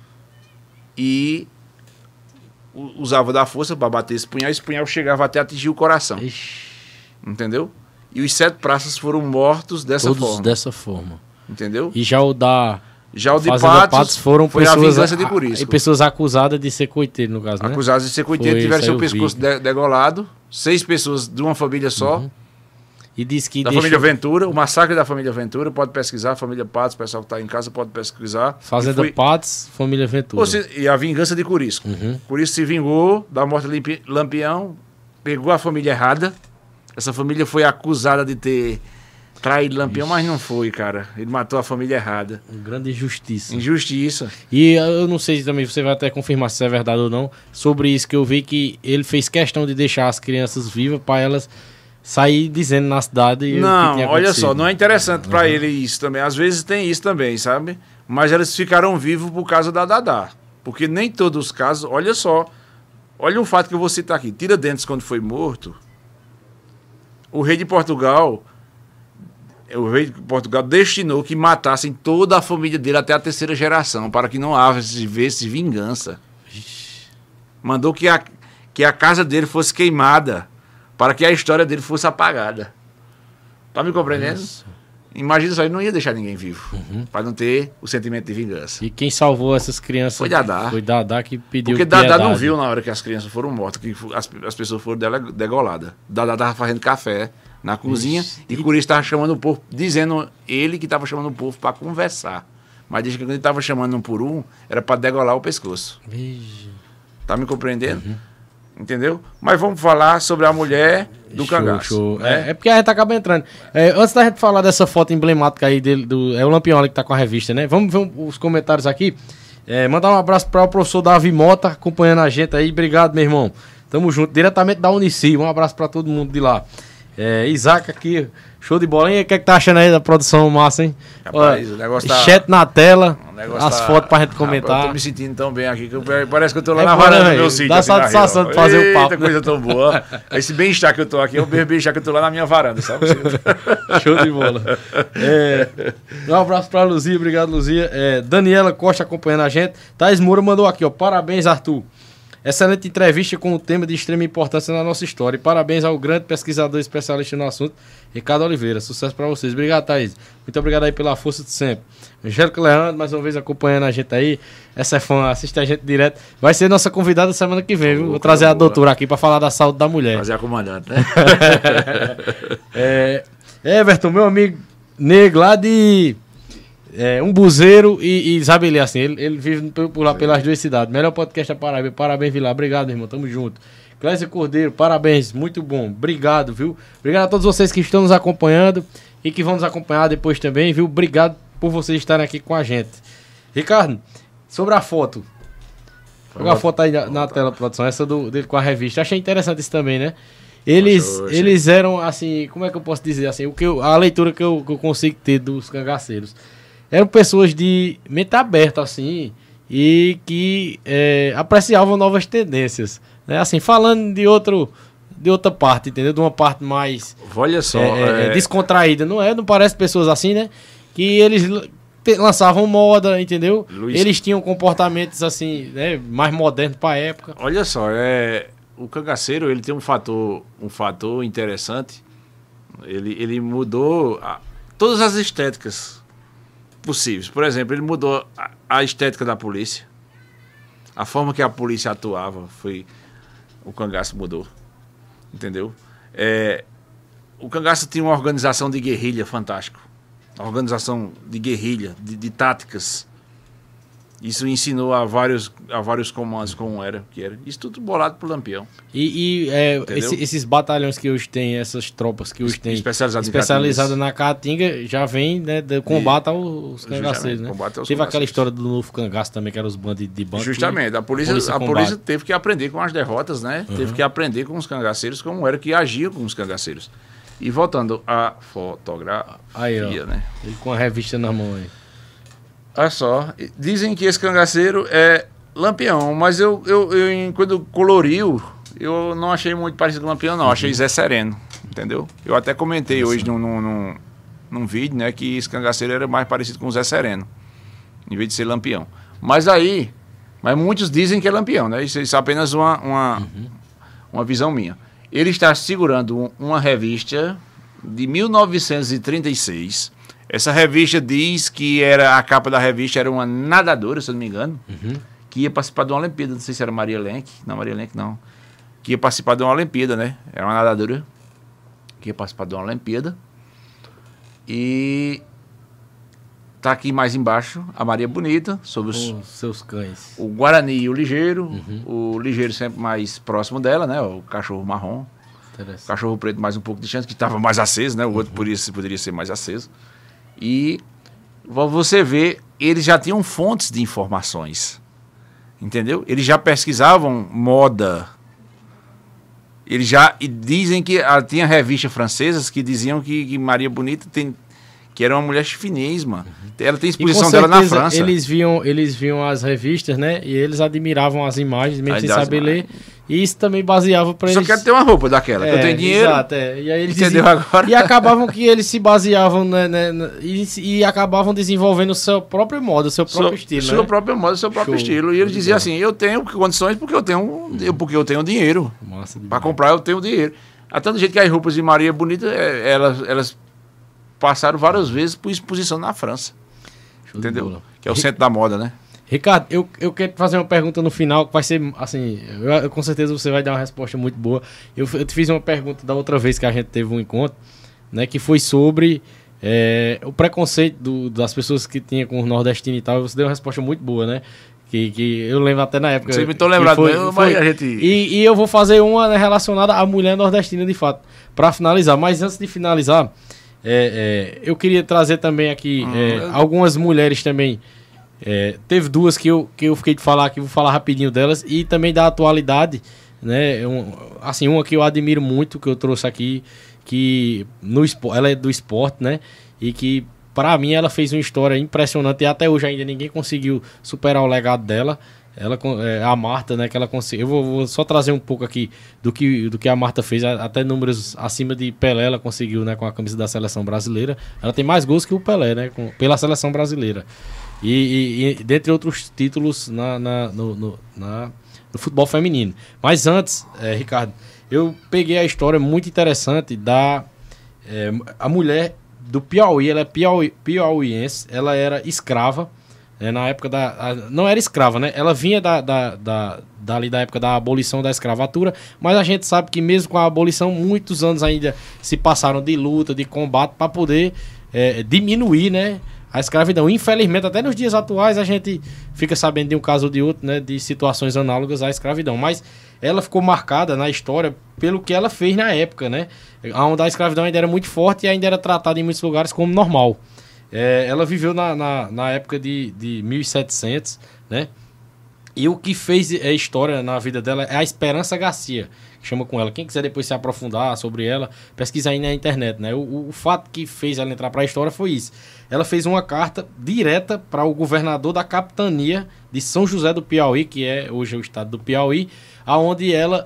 e usava da força para bater esse punhal chegava até atingir o coração. Entendeu? E os 7 praças foram mortos Todos dessa forma. Entendeu? E já o de Patos foram foi pessoas, a vingança de Curisco. E pessoas acusadas de ser coiteiro, no caso, né? Acusadas de ser coiteiro, tiveram seu pescoço degolado. 6 pessoas de uma família só. E diz que família Ventura, o massacre da família Ventura, pode pesquisar, família Patos, o pessoal que está em casa pode pesquisar. Fazenda Patos, família Ventura. E a vingança de Curisco. Curisco se vingou da morte de Lampião, pegou a família errada. Essa família foi acusada de ter traído Lampião, mas não foi, cara. Ele matou a família errada. Grande injustiça. Injustiça. E eu não sei se também você vai até confirmar se é verdade ou não, sobre isso que eu vi, que ele fez questão de deixar as crianças vivas para elas sair dizendo na cidade. Não, olha só, não é interessante para ele isso também. Às vezes tem isso também, sabe? Mas eles ficaram vivos por causa da Dadá. Porque nem todos os casos, olha só. Olha um fato que eu vou citar aqui. Tiradentes, quando foi morto, o rei de Portugal destinou que matassem toda a família dele até a 3ª geração, para que não houvesse vingança. Mandou que a casa dele fosse queimada para que a história dele fosse apagada. Tá me compreendendo? Isso. Imagina só, ele não ia deixar ninguém vivo, para não ter o sentimento de vingança. E quem salvou essas crianças foi Dadá. Foi Dadá que pediu Porque Dadá não viu na hora que as crianças foram mortas, que as pessoas foram degoladas. Dadá estava fazendo café na cozinha e por isso estava chamando o povo, dizendo ele que estava chamando o povo para conversar. Mas desde que ele estava chamando um por um, era para degolar o pescoço. Tá me compreendendo? Entendeu? Mas vamos falar sobre a mulher do cangaço. Show. Né? É porque a gente acaba entrando. Antes da gente falar dessa foto emblemática aí dele, é o Lampião ali que tá com a revista, né? Vamos ver os comentários aqui. Mandar um abraço para o professor Davi Mota, acompanhando a gente aí. Obrigado, meu irmão. Tamo junto, diretamente da Unici. Um abraço para todo mundo de lá. Isaac aqui, show de bola. E o que é que tá achando aí da produção massa, hein? Rapaz, o negócio tá... Chat na tela, as fotos pra gente comentar. Eu tô me sentindo tão bem aqui, que parece que eu tô lá na varanda do meu sítio. Dá satisfação de fazer o papo. Eita, coisa tão boa. Esse bem-estar que eu tô aqui, é o mesmo bem-estar que eu tô lá na minha varanda, sabe? Show de bola. Um abraço pra Luzia, obrigado, Luzia. Daniela Costa acompanhando a gente. Thais Moura mandou aqui, ó. Parabéns, Arthur. Excelente entrevista com um tema de extrema importância na nossa história. E parabéns ao grande pesquisador especialista no assunto, Ricardo Oliveira. Sucesso para vocês. Obrigado, Thaís. Muito obrigado aí pela força de sempre. Angélica Leandro, mais uma vez acompanhando a gente aí. Essa é fã, assiste a gente direto. Vai ser nossa convidada semana que vem, viu? Vou trazer a doutora aqui para falar da saúde da mulher. Trazer a comandante, né? Everton, meu amigo negro lá de... um buzeiro e Isabelê, assim, ele vive por lá pelas duas cidades. Melhor podcast da Paraíba. Parabéns, Vilar. Obrigado, irmão. Tamo junto. Clésia Cordeiro, parabéns. Muito bom. Obrigado, viu? Obrigado a todos vocês que estão nos acompanhando e que vão nos acompanhar depois também, viu? Obrigado por vocês estarem aqui com a gente. Ricardo, sobre a foto. Joga a foto aí na tela, produção. Essa dele com a revista. Achei interessante isso também, né? Eles eram, assim, como é que eu posso dizer? Assim, a leitura que eu consigo ter dos cangaceiros. Eram pessoas de mente aberta, assim, e que apreciavam novas tendências. Né? Assim, falando de outra parte, entendeu? De uma parte mais... Olha só... descontraída. Não parece pessoas assim, né? Que eles lançavam moda, entendeu? Luiz... Eles tinham comportamentos, assim, né? Mais modernos para a época. Olha só, o cangaceiro, ele tem um fator interessante. Ele mudou todas as estéticas possíveis. Por exemplo, ele mudou a estética da polícia. A forma que a polícia atuava o cangaço mudou. Entendeu? O cangaço tinha uma organização de guerrilha fantástica. Uma organização de guerrilha, de táticas. Isso ensinou a vários comandos como era. Isso tudo bolado por Lampião. E esses batalhões que hoje tem, essas tropas que hoje tem especializadas na Caatinga, já vem, né, de combate aos cangaceiros, né? Teve aquela história do novo cangaço também, que eram os bandidos de banco. Justamente, a polícia teve que aprender com as derrotas, né? Uhum. Teve que aprender com os cangaceiros como era que agia com os cangaceiros. E voltando à fotografia, aí, ó, né? Ele com a revista na mão aí. Olha só, dizem que esse cangaceiro é Lampião, mas eu quando coloriu, eu não achei muito parecido com Lampião, não. Achei Zé Sereno, entendeu? Eu até comentei hoje num vídeo, né, que esse cangaceiro era mais parecido com o Zé Sereno, em vez de ser Lampião. Mas muitos dizem que é Lampião, né? Isso é apenas uma visão minha. Ele está segurando uma revista de 1936. Essa revista diz que a capa da revista era uma nadadora, se eu não me engano, que ia participar de uma Olimpíada. Não sei se era Maria Lenk. Não, Maria Lenk não. Que ia participar de uma Olimpíada, né? Era uma nadadora que ia participar de uma Olimpíada. E tá aqui mais embaixo a Maria Bonita, sobre os seus cães. O Guarani e o Ligeiro. O Ligeiro sempre mais próximo dela, né? O cachorro marrom. O cachorro preto mais um pouco de chance, que estava mais aceso, né? O outro poderia ser mais aceso. E você vê, eles já tinham fontes de informações, entendeu? Eles já pesquisavam moda. E dizem que tinha revistas francesas que diziam que Maria Bonita que era uma mulher chifinês, mano. Ela tem exposição dela na França. Eles viam as revistas, né? E eles admiravam as imagens, mesmo sem saber ler. E isso também baseava para eles... Só quero ter uma roupa daquela, que eu tenho dinheiro. Exato, E aí eles entendeu agora? E acabavam que eles se baseavam e acabavam desenvolvendo o seu próprio modo, o seu próprio estilo, seu próprio modo, o seu próprio estilo. E eles diziam assim, eu tenho condições porque eu tenho dinheiro. Para comprar eu tenho dinheiro. Até do jeito que as roupas de Maria Bonita, elas passaram várias vezes por exposição na França. Entendeu? Que é o centro da moda, né? Ricardo, eu quero fazer uma pergunta no final que vai ser, assim, com certeza você vai dar uma resposta muito boa. Eu te fiz uma pergunta da outra vez que a gente teve um encontro, né, que foi sobre o preconceito das pessoas que tinham com o nordestino e tal, e você deu uma resposta muito boa, né? Que eu lembro até na época. Vocês me estão lembrando mesmo, mas a gente... E eu vou fazer uma relacionada à mulher nordestina, de fato, para finalizar. Mas antes de finalizar, eu queria trazer também aqui algumas mulheres também. Teve duas que eu fiquei de falar aqui, vou falar rapidinho delas, e também da atualidade, né? Assim, uma que eu admiro muito, que eu trouxe aqui, que ela é do esporte, né? E que, pra mim, ela fez uma história impressionante, e até hoje ainda ninguém conseguiu superar o legado dela. A Marta, né? Que ela conseguiu. Eu vou só trazer um pouco aqui do que a Marta fez, até números acima de Pelé ela conseguiu, né? Com a camisa da seleção brasileira. Ela tem mais gols que o Pelé, né? Pela seleção brasileira. E dentre outros títulos no futebol feminino. Mas antes, Ricardo, eu peguei a história muito interessante a mulher do Piauí. Ela é piauiense, ela era escrava, na época não era escrava, né? Ela vinha dali da época da abolição da escravatura, mas a gente sabe que mesmo com a abolição, muitos anos ainda se passaram de luta, de combate, para poder diminuir, né, a escravidão. Infelizmente, até nos dias atuais, a gente fica sabendo de um caso ou de outro, né, de situações análogas à escravidão. Mas ela ficou marcada na história pelo que ela fez na época, né? Onde a escravidão ainda era muito forte e ainda era tratada em muitos lugares como normal. Ela viveu na época de 1700, né? E o que fez história na vida dela é a Esperança Garcia, que chama com ela. Quem quiser depois se aprofundar sobre ela, pesquisa aí na internet, né? O fato que fez ela entrar para a história foi isso. Ela fez uma carta direta para o governador da capitania de São José do Piauí, que é hoje o estado do Piauí, aonde ela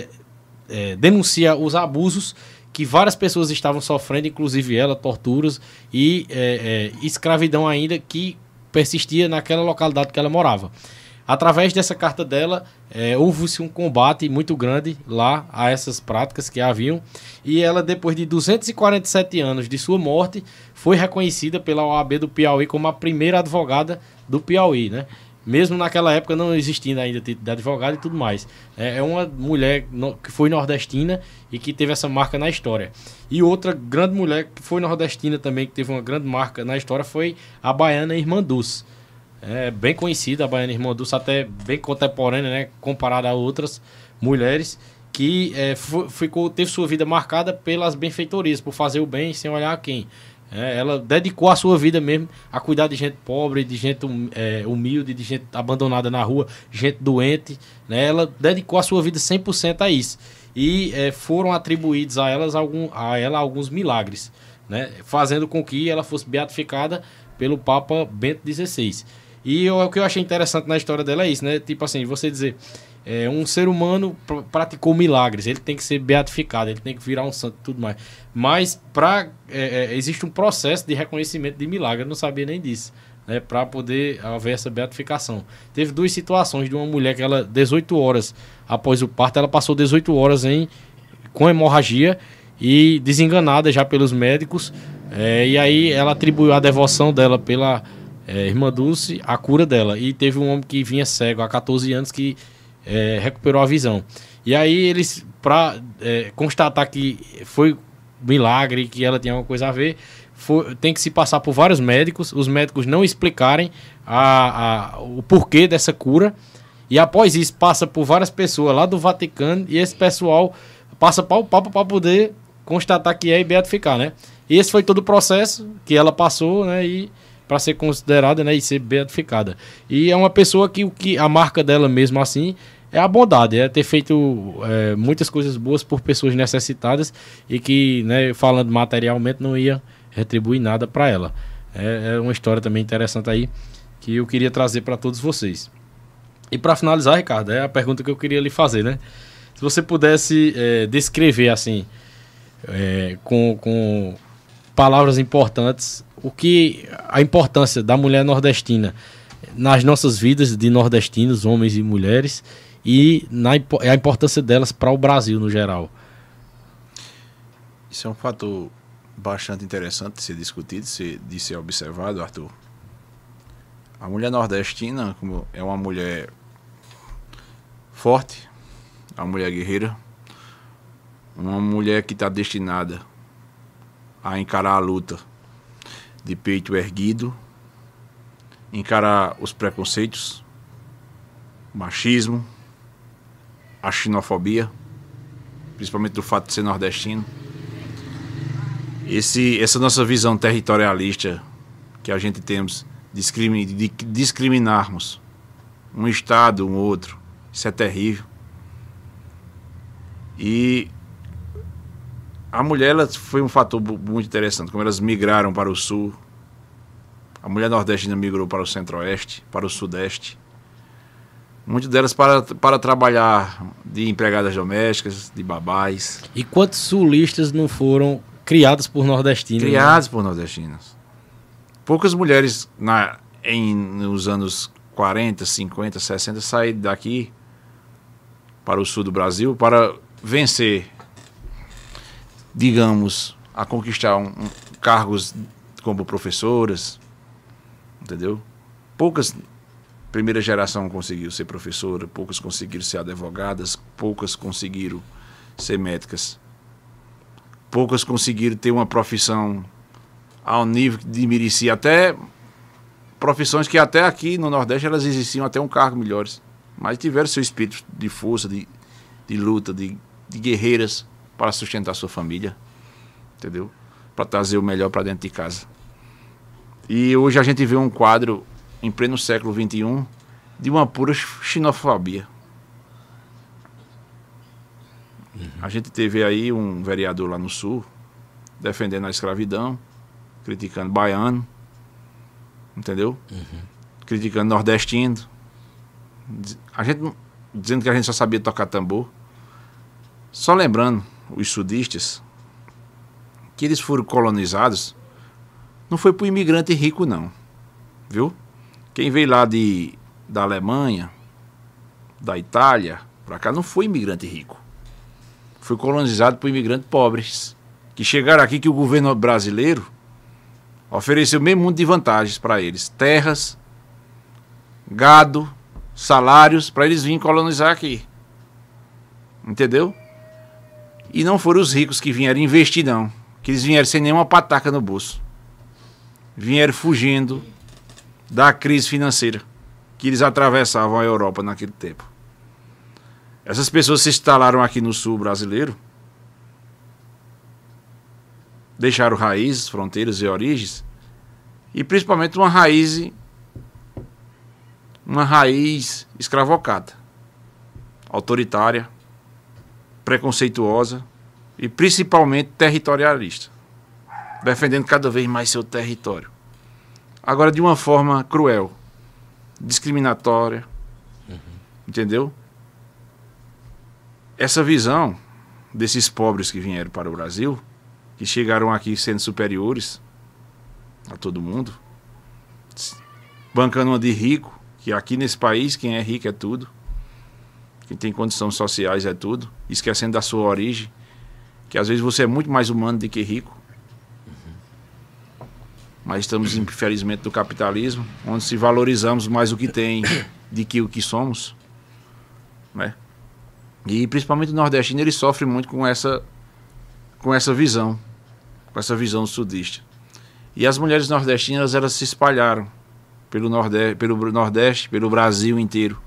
denuncia os abusos que várias pessoas estavam sofrendo, inclusive ela, torturas e escravidão ainda que persistia naquela localidade que ela morava. Através dessa carta dela, houve-se um combate muito grande lá a essas práticas que haviam. E ela, depois de 247 anos de sua morte, foi reconhecida pela OAB do Piauí como a primeira advogada do Piauí, né? Mesmo naquela época não existindo ainda título de advogado e tudo mais. É uma mulher que foi nordestina e que teve essa marca na história. E outra grande mulher que foi nordestina também, que teve uma grande marca na história, foi a baiana Irmã Dulce. Bem conhecida a baiana Irmã Dulce, até bem contemporânea, né, comparada a outras mulheres, que teve sua vida marcada pelas benfeitorias, por fazer o bem sem olhar a quem. Ela dedicou a sua vida mesmo a cuidar de gente pobre, de gente humilde, de gente abandonada na rua, gente doente, né? Ela dedicou a sua vida 100% a isso. E foram atribuídos a ela alguns milagres, né? Fazendo com que ela fosse beatificada pelo Papa Bento XVI. E o que eu achei interessante na história dela é isso, né? Tipo assim, você dizer, um ser humano praticou milagres, ele tem que ser beatificado, ele tem que virar um santo e tudo mais. Mas existe um processo de reconhecimento de milagre, eu não sabia nem disso, né? Para poder haver essa beatificação. Teve duas situações de uma mulher que ela, 18 horas após o parto, ela passou 18 horas com hemorragia e desenganada já pelos médicos. E aí ela atribuiu a devoção dela pela Irmã Dulce a cura dela. E teve um homem que vinha cego há 14 anos que recuperou a visão. E aí eles, para constatar que foi milagre, que ela tinha alguma coisa a ver, tem que se passar por vários médicos, os médicos não explicarem o porquê dessa cura. E após isso passa por várias pessoas lá do Vaticano e esse pessoal passa para o Papa para poder constatar que e beatificar, né? E esse foi todo o processo que ela passou, né? E para ser considerada, né, e ser beatificada. E é uma pessoa que a marca dela mesmo assim é a bondade, é ter feito muitas coisas boas por pessoas necessitadas e que, né, falando materialmente, não ia retribuir nada para ela. É uma história também interessante aí que eu queria trazer para todos vocês. E para finalizar, Ricardo, é a pergunta que eu queria lhe fazer, né? Se você pudesse descrever, assim, com palavras importantes, a importância da mulher nordestina nas nossas vidas de nordestinos, homens e mulheres, e a importância delas para o Brasil no geral. Isso é um fator bastante interessante de ser discutido, de ser observado, Arthur. A mulher nordestina é uma mulher forte, uma mulher guerreira, uma mulher que está destinada a encarar a luta de peito erguido, encarar os preconceitos, o machismo, a xenofobia, principalmente do fato de ser nordestino. Essa nossa visão territorialista que a gente temos de discriminarmos um estado, um outro, isso é terrível. E a mulher foi um fator muito interessante, como elas migraram para o sul. A mulher nordestina migrou para o centro-oeste, para o sudeste. Muitas delas para trabalhar de empregadas domésticas, de babás. E quantos sulistas não foram criados por nordestinos? Criados por nordestinos. Poucas mulheres nos anos 40, 50, 60 saíram daqui para o sul do Brasil para vencer, digamos, a conquistar cargos como professoras, entendeu? Poucas, primeira geração conseguiu ser professora, poucas conseguiram ser advogadas, poucas conseguiram ser médicas, poucas conseguiram ter uma profissão ao nível de merecia, até profissões que até aqui no Nordeste elas existiam até um cargo melhores, mas tiveram seu espírito de força, de luta, de guerreiras para sustentar sua família, entendeu? Para trazer o melhor para dentro de casa. E hoje a gente vê um quadro em pleno século XXI de uma pura xenofobia. A gente teve aí um vereador lá no sul defendendo a escravidão, criticando baiano, entendeu? Criticando nordestino, a gente dizendo que a gente só sabia tocar tambor. Só lembrando os sudistas que eles foram colonizados não foi por imigrante rico não, viu? Quem veio lá da Alemanha, da Itália para cá não foi imigrante rico, foi colonizado por imigrantes pobres que chegaram aqui, que o governo brasileiro ofereceu o mesmo mundo de vantagens para eles, terras, gado, salários, para eles virem colonizar aqui, entendeu? E não foram os ricos que vieram investir não, que eles vieram sem nenhuma pataca no bolso, vieram fugindo da crise financeira que eles atravessavam a Europa naquele tempo. Essas pessoas se instalaram aqui no sul brasileiro, deixaram raízes, fronteiras e origens, e principalmente uma raiz escravocrata, autoritária, preconceituosa e principalmente territorialista, defendendo cada vez mais seu território. Agora de uma forma cruel, discriminatória, entendeu? Essa visão desses pobres que vieram para o Brasil, que chegaram aqui sendo superiores a todo mundo, bancando uma de rico, que aqui nesse país quem é rico é tudo, quem tem condições sociais é tudo, esquecendo da sua origem, que às vezes você é muito mais humano do que rico. Mas estamos, infelizmente, no capitalismo, onde se valorizamos mais o que tem do que o que somos, né? E principalmente o nordestino, ele sofre muito com essa visão sudista. E as mulheres nordestinas, elas se espalharam pelo Nordeste, pelo Brasil inteiro,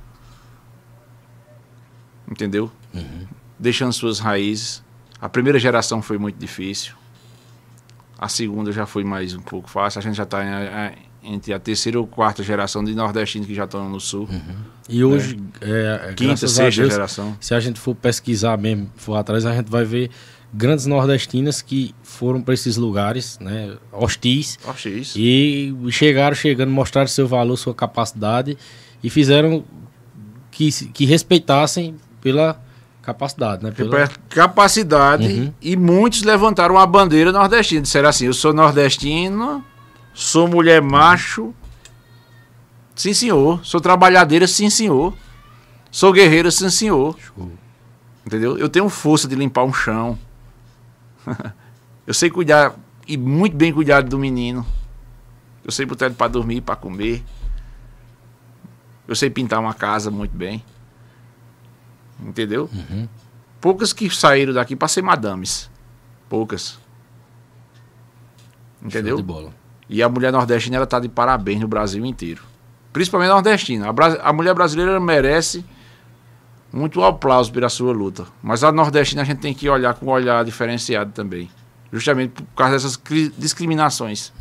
entendeu? Deixando suas raízes. A primeira geração foi muito difícil, a segunda já foi mais um pouco fácil, a gente já está entre a terceira ou quarta geração de nordestinos que já estão no sul. E hoje, quinta, sexta geração. Se a gente for pesquisar mesmo, for atrás, a gente vai ver grandes nordestinas que foram para esses lugares, né, hostis. E chegando, mostraram seu valor, sua capacidade e fizeram que respeitassem capacidade, né? Capacidade, e muitos levantaram a bandeira nordestina. Disseram assim, eu sou nordestino, sou mulher macho, sim senhor. Sou trabalhadeira, sim senhor. Sou guerreira, sim senhor. Show. Entendeu? Eu tenho força de limpar um chão. Eu sei cuidar, e muito bem cuidar do menino. Eu sei botar ele para dormir e para comer. Eu sei pintar uma casa muito bem. Entendeu? Poucas que saíram daqui para ser madames. Poucas. Entendeu? Show de bola. E a mulher nordestina, ela tá de parabéns no Brasil inteiro. Principalmente a nordestina. A mulher brasileira merece muito aplauso pela sua luta. Mas a nordestina a gente tem que olhar com um olhar diferenciado também. Justamente por causa dessas discriminações.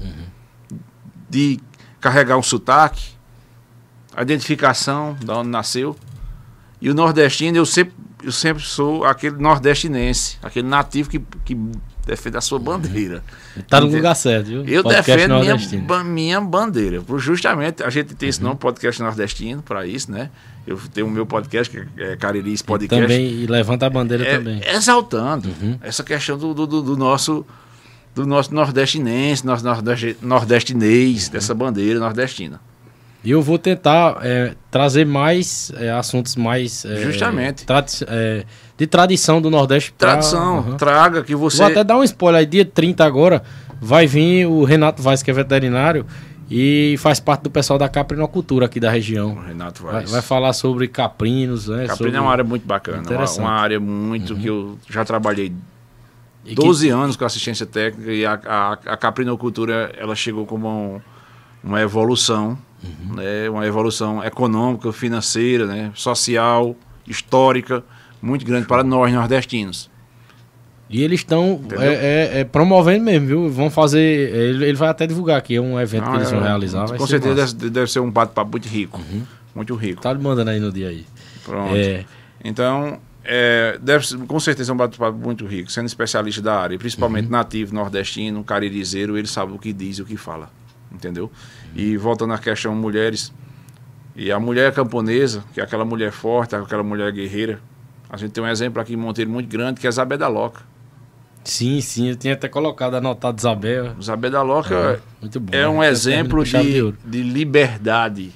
De carregar um sotaque, a identificação de onde nasceu. E o nordestino, eu sempre sou aquele nordestinense, aquele nativo que defende a sua bandeira. Tá no lugar certo, viu? Eu defendo minha bandeira. Justamente, a gente tem esse nome, podcast nordestino, para isso, né? Eu tenho o meu podcast, que é Cariri's Podcast. E levanta a bandeira também. Exaltando essa questão do nosso nordestinense, nosso nordestinês, dessa bandeira nordestina. E eu vou tentar trazer mais assuntos mais... Justamente. De tradição do Nordeste. Tradição, traga que você... Vou até dar um spoiler aí, dia 30 agora, vai vir o Renato Vaz, que é veterinário, e faz parte do pessoal da caprinocultura aqui da região. O Renato Vaz. Vai falar sobre caprinos, né? Caprino é uma área muito bacana, uma área muito que eu já trabalhei 12 anos com assistência técnica, e a caprinocultura, ela chegou como uma evolução, né? Uma evolução econômica, financeira, né? Social, histórica, muito grande para nós nordestinos. E eles estão promovendo mesmo, viu? Vão fazer... Ele vai até divulgar aqui, é um evento que eles vão realizar. Com certeza deve ser um bate-papo muito rico. Muito rico. Tá mandando aí no dia aí. Pronto. Então, com certeza é um bate-papo muito rico, sendo especialista da área, principalmente nativo, nordestino, caririzeiro, ele sabe o que diz e o que fala. Entendeu? E voltando à questão mulheres, e a mulher camponesa, que é aquela mulher forte, aquela mulher guerreira, a gente tem um exemplo aqui em Monteiro muito grande, que é Zabé da Loca. Sim, eu tinha até colocado, anotado Zabé. Zabé da Loca muito bom, é um exemplo de liberdade,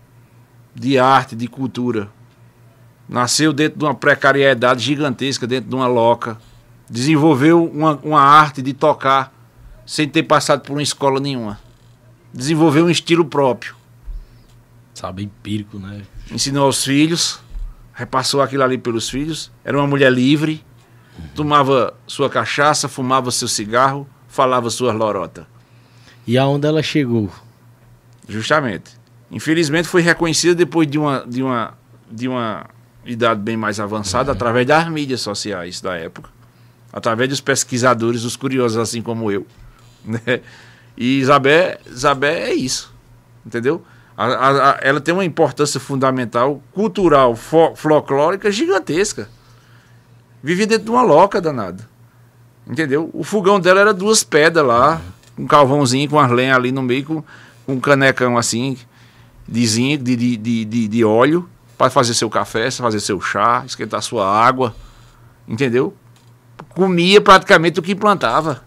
de arte, de cultura. Nasceu dentro de uma precariedade gigantesca, dentro de uma loca. Desenvolveu uma arte de tocar sem ter passado por uma escola nenhuma. Desenvolveu um estilo próprio. Sabe, empírico, né? Ensinou aos filhos, repassou aquilo ali pelos filhos. Era uma mulher livre, tomava sua cachaça, fumava seu cigarro, falava suas lorotas. E aonde ela chegou? Justamente. Infelizmente foi reconhecida depois de uma idade bem mais avançada, através das mídias sociais da época, através dos pesquisadores, dos curiosos, assim como eu, né? E Zabé é isso, entendeu? Ela tem uma importância fundamental, cultural, folclórica gigantesca. Vivia dentro de uma loca danada, entendeu? O fogão dela era 2 pedras lá, um carvãozinho com as lenhas ali no meio, com um canecão assim, de zinco, de óleo, para fazer seu café, fazer seu chá, esquentar sua água, entendeu? Comia praticamente o que plantava.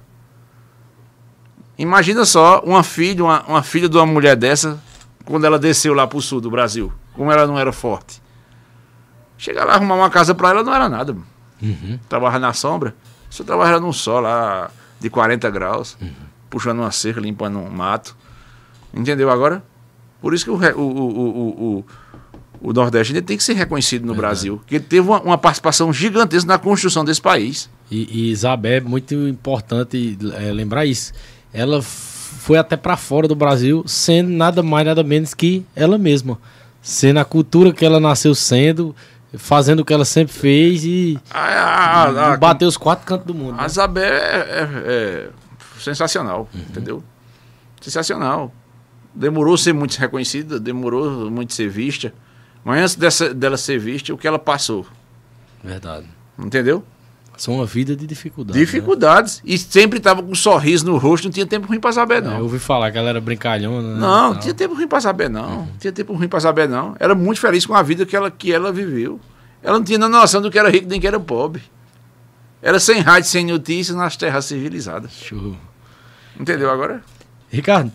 Imagina só uma filha de uma mulher dessa, quando ela desceu lá pro sul do Brasil, como ela não era forte. Chegar lá, arrumar uma casa para ela não era nada. Trabalhar na sombra, você trabalhava num sol lá de 40 graus, puxando uma cerca, limpando um mato. Entendeu agora? Por isso que o Nordeste tem que ser reconhecido no Brasil, porque ele teve uma participação gigantesca na construção desse país. E Zabé, é muito importante lembrar isso. Ela foi até para fora do Brasil, sendo nada mais, nada menos que ela mesma. Sendo a cultura que ela nasceu sendo, fazendo o que ela sempre fez e bater os 4 cantos do mundo. A Zabé é sensacional, entendeu? Sensacional. Demorou a ser muito reconhecida, demorou muito a ser vista. Mas antes dela ser vista, o que ela passou? Verdade. Entendeu? Passou uma vida de dificuldades. Dificuldades. Né? E sempre estava com um sorriso no rosto, não tinha tempo ruim para saber, não. Eu ouvi falar que ela era brincalhona. Né, não tinha tempo ruim para saber, não. Não tinha tempo ruim para saber, não. Era muito feliz com a vida que ela viveu. Ela não tinha noção do que era rico nem que era pobre. Era sem rádio, sem notícias nas terras civilizadas. Show. Entendeu agora? Ricardo,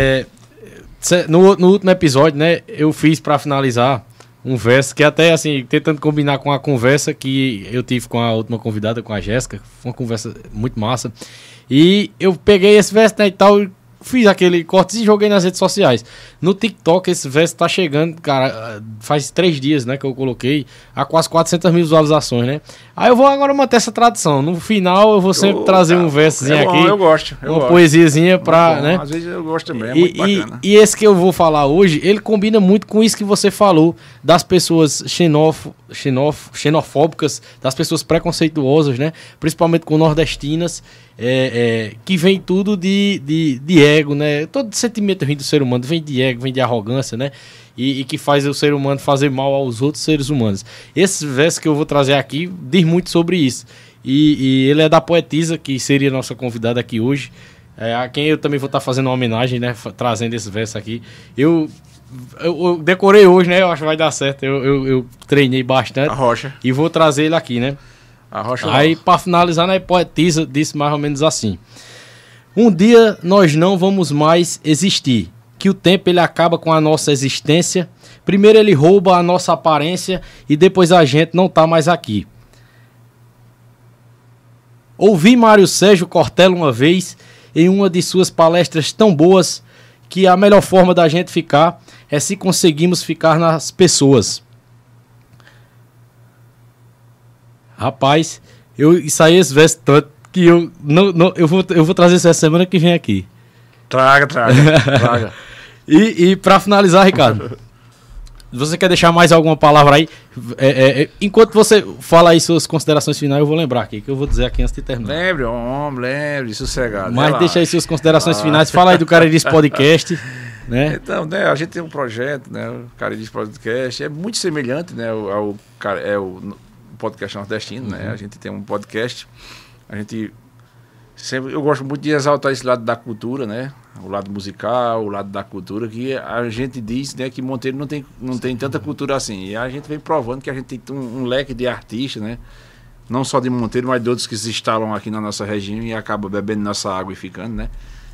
no último episódio, né, eu fiz para finalizar um verso que até, assim, tentando combinar com a conversa que eu tive com a última convidada, com a Jéssica, foi uma conversa muito massa. E eu peguei esse verso, né, e tal, fiz aquele corte e joguei nas redes sociais. No TikTok esse verso tá chegando, cara, faz 3 dias, né, que eu coloquei, a quase 400 mil visualizações, né? Aí eu vou agora manter essa tradição. No final eu vou sempre trazer um versozinho aqui. Eu gosto. Uma poesiazinha pra, né? Às vezes eu gosto também, é muito bacana. E esse que eu vou falar hoje, ele combina muito com isso que você falou, das pessoas xenofóbicas, das pessoas preconceituosas, né? Principalmente com nordestinas, que vem tudo de ego, né? Todo sentimento ruim do ser humano vem de ego, vem de arrogância, né? E que faz o ser humano fazer mal aos outros seres humanos. Esse verso que eu vou trazer aqui diz muito sobre isso. E ele é da poetisa, que seria nossa convidada aqui hoje, a quem eu também vou estar fazendo uma homenagem, né? Trazendo esse verso aqui. Eu decorei hoje, né? Eu acho que vai dar certo. Eu treinei bastante. A Rocha. E vou trazer ele aqui, né? A Rocha. Aí, para finalizar, né? Poetisa disse mais ou menos assim: um dia nós não vamos mais existir. Que o tempo ele acaba com a nossa existência. Primeiro ele rouba a nossa aparência e depois a gente não tá mais aqui. Ouvi Mário Sérgio Cortella uma vez em uma de suas palestras tão boas que a melhor forma da gente ficar é se conseguimos ficar nas pessoas. Rapaz, eu ensaiei esse verso tanto que eu vou trazer essa semana que vem aqui. Traga. E para finalizar, Ricardo, você quer deixar mais alguma palavra aí? Enquanto você fala aí suas considerações finais, eu vou lembrar aqui, que eu vou dizer aqui antes de terminar. Lembre, sossegado. Mas deixa aí suas considerações finais, fala aí do Caririz Podcast, né? Então, né, a gente tem um projeto, né, o Caririz Podcast, é muito semelhante, né, ao podcast nordestino, né? A gente tem um podcast, eu gosto muito de exaltar esse lado da cultura, né? O lado musical, o lado da cultura, que a gente diz, né, que Monteiro não tem tanta cultura assim. E a gente vem provando que a gente tem um leque de artistas, né? Não só de Monteiro, mas de outros que se instalam aqui na nossa região e acabam bebendo nossa água e ficando, né?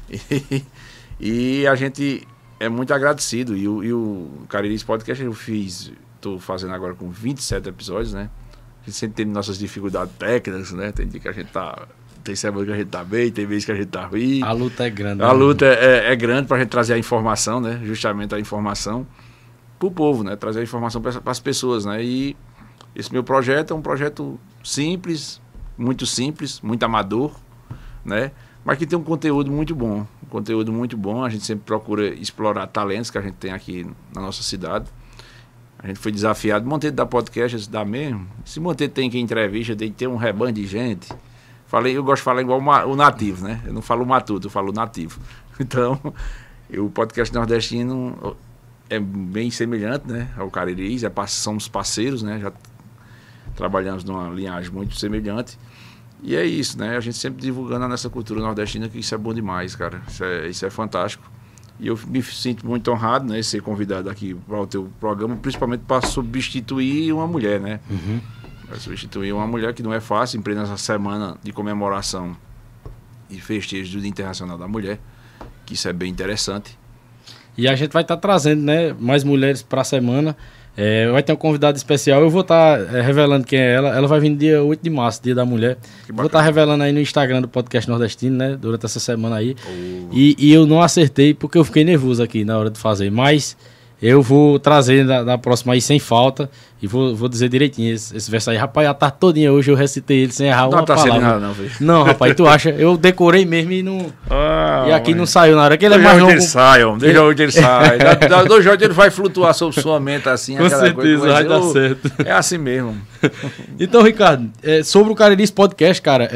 E a gente é muito agradecido. E o Caririz Podcast estou fazendo agora com 27 episódios, né? A gente sempre tem nossas dificuldades técnicas, né? Tem dia que a gente tem semana que a gente tá bem, tem vezes que a gente tá ruim. A luta é grande. A luta é grande pra gente trazer a informação, né? Justamente a informação pro povo, né? Trazer a informação para as pessoas, né? E esse meu projeto é um projeto simples, muito amador, né? Mas que tem um conteúdo muito bom. A gente sempre procura explorar talentos que a gente tem aqui na nossa cidade. A gente foi desafiado. Monteiro da podcast, dá mesmo. Se Monteiro tem que entrevista, tem que ter um rebanho de gente. Eu gosto de falar igual o nativo, né? Eu não falo o matuto, eu falo o nativo. Então, o podcast nordestino é bem semelhante, né, ao Caririz, somos parceiros, né? Já trabalhamos numa linhagem muito semelhante. E é isso, né? A gente sempre divulgando nessa cultura nordestina, que isso é bom demais, cara. Isso é fantástico. E eu me sinto muito honrado, né, ser convidado aqui para o teu programa, principalmente para substituir uma mulher, né? Uhum. Para substituir uma mulher, que não é fácil, em plena semana de comemoração e festejo do Dia Internacional da Mulher, que isso é bem interessante. E a gente vai estar trazendo, né, mais mulheres para a semana. Vai ter um convidado especial. Eu vou estar revelando quem é ela. Ela vai vir no dia 8 de março, Dia da Mulher. Vou estar revelando aí no Instagram do Podcast Nordestino, né, durante essa semana aí. E eu não acertei porque eu fiquei nervoso aqui na hora de fazer. Mas eu vou trazer na próxima aí sem falta. E vou dizer direitinho esse verso aí. Rapaz, a tarde todinha hoje eu recitei ele sem errar uma palavra. Nada, não, filho. Não, rapaz, tu acha? Eu decorei mesmo e não... e aqui não saiu na hora que ele é mais longo. Deixa onde ele sai. Do jeito ele vai flutuar sobre sua mente assim. Com certeza, vai dar certo. É assim mesmo. Então, Ricardo, sobre o Caririz Podcast, cara,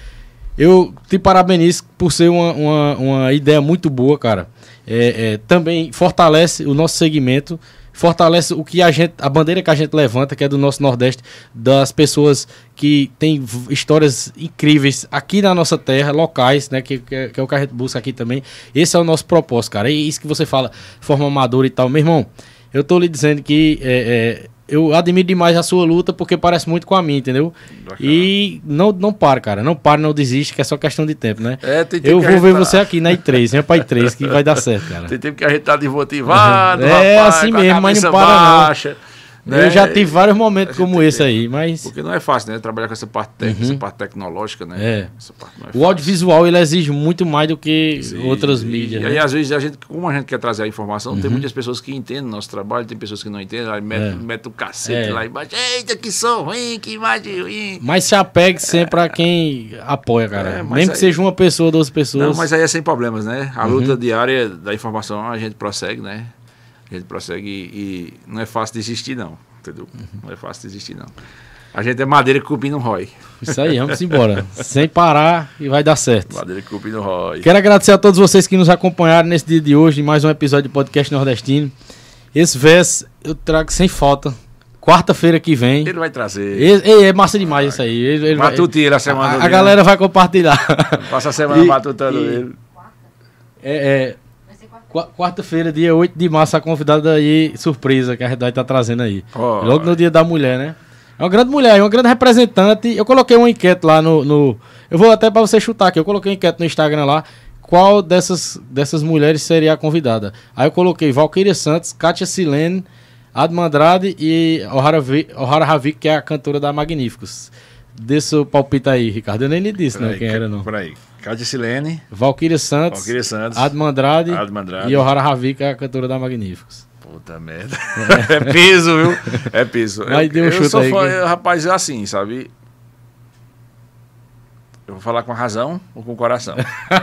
eu te parabenizo por ser uma ideia muito boa, cara. Também fortalece o nosso segmento, fortalece a bandeira que a gente levanta, que é do nosso Nordeste, das pessoas que têm histórias incríveis aqui na nossa terra, locais, né, que é o que a gente busca aqui também. Esse é o nosso propósito, cara. E isso que você fala, forma amadora e tal. Meu irmão, eu tô lhe dizendo que eu admiro demais a sua luta, porque parece muito com a minha, entendeu? Bacana. E não para, cara. Não para, não desiste, que é só questão de tempo, né? Eu vou ver você aqui na I3, vem pra I3, que vai dar certo, cara. Tem tempo que a gente tá desmotivado, rapaz, assim mesmo, mas não para baixa, não. Né? Eu já tive vários momentos como esse aí, mas... Porque não é fácil, né? Trabalhar com essa parte técnica, essa parte tecnológica, né? Essa parte não é fácil. O audiovisual, ele exige muito mais do que outras mídias, né? E aí, às vezes, como a gente quer trazer a informação, tem muitas pessoas que entendem o nosso trabalho, tem pessoas que não entendem, aí mete o cacete lá embaixo. Eita, que som ruim, que imagem ruim. Mas se apegue sempre a quem apoia, cara. Mesmo que seja uma pessoa, 2 pessoas. Não, mas aí é sem problemas, né? A luta diária da informação, a gente prossegue, né? A gente prossegue e não é fácil desistir, não. Entendeu? Não é fácil desistir, não. A gente é madeira que cupim não rói. Isso aí, vamos embora. Sem parar e vai dar certo. Madeira que cupim não rói. Quero agradecer a todos vocês que nos acompanharam nesse dia de hoje, em mais um episódio do Podcast Nordestino. Esse verso eu trago sem falta. Quarta-feira que vem. Ele vai trazer. É massa demais isso aí. Ele matutino a semana. A galera vai compartilhar. Passa a semana matutando ele. Quarta-feira, dia 8 de março, a convidada aí, surpresa, que a gente vai estar trazendo aí. Logo no dia da mulher, né? É uma grande mulher, é uma grande representante. Eu coloquei uma enquete lá no... Eu vou até para você chutar aqui. Eu coloquei uma enquete no Instagram lá. Qual dessas mulheres seria a convidada? Aí eu coloquei Valquíria Santos, Kátia Silene, Adma Andrade e Ohara Ravik, que é a cantora da Magníficos. Dê seu palpite aí, Ricardo. Eu nem lhe disse, quem era, não. Peraí. Kátia Silene, Valquíria Santos, Adma Andrade e Ohara Ravik, a cantora da Magníficos. Puta merda. É peso, viu? É peso. Mas deu um chute sou aí. Fã, rapaz, é assim, sabe? Eu vou falar com a razão ou com o coração?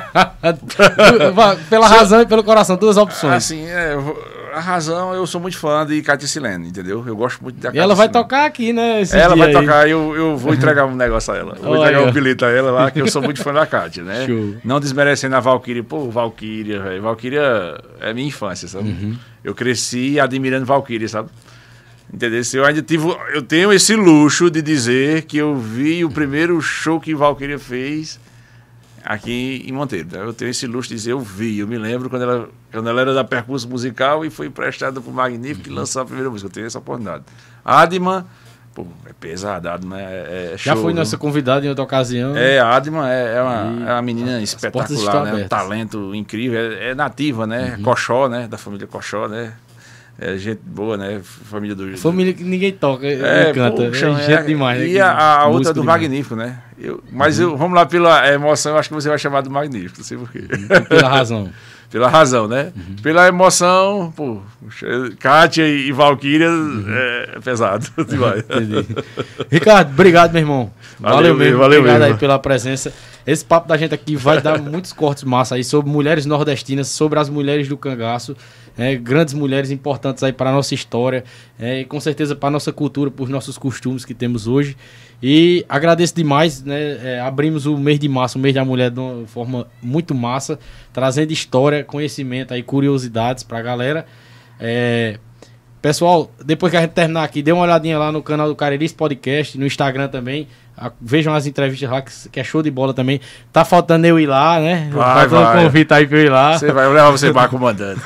Pela razão e pelo coração, 2 opções. Assim, a razão, eu sou muito fã de Kátia Silene, entendeu? Eu gosto muito da Kátia. E ela vai tocar aqui, né? Ela vai tocar, eu vou entregar um negócio a ela. Vou entregar um bilhete a ela lá, que eu sou muito fã da Kátia, né? Show. Não desmerecendo a Valquíria. Pô, Valquíria, velho. Valquíria é minha infância, sabe? Eu cresci admirando Valquíria, sabe? Entendeu? Eu tenho esse luxo de dizer que eu vi o primeiro show que Valquíria fez aqui em Monteiro. Eu tenho esse luxo de dizer, eu me lembro quando ela era da Percurso Musical e foi emprestada para o Magnífico e lançou a primeira música. Eu tenho essa oportunidade. Adma, pô, é pesada, Adma é show. Já foi nossa convidada em outra ocasião. A Adma é uma menina espetacular, né? Um talento incrível, é nativa, né? Coxó, né? Da família Coxó, né? É gente boa, né? Família do... Família que ninguém toca, canta. Poxa, é gente demais. E a outra do demais. Magnífico, né? Vamos lá pela emoção, eu acho que você vai chamar do Magnífico, não sei porquê. Pela razão. Pela razão, né? Pela emoção, pô, Kátia e Valquíria é pesado demais. Ricardo, obrigado, meu irmão. Valeu mesmo. Obrigado mesmo. Aí pela presença. Esse papo da gente aqui vai dar muitos cortes massa aí sobre mulheres nordestinas, sobre as mulheres do cangaço. Grandes mulheres importantes aí para a nossa história, e com certeza para a nossa cultura, para os nossos costumes que temos hoje. E agradeço demais, né? Abrimos o mês de março, o mês da mulher, de uma forma muito massa, trazendo história, conhecimento e curiosidades para a galera. Pessoal, depois que a gente terminar aqui, dê uma olhadinha lá no canal do Caririce Podcast, no Instagram também. Vejam as entrevistas lá, que é show de bola também. Tá faltando eu ir lá, né? Vai. Convite aí pra eu ir lá. Eu vou levar você para comandante.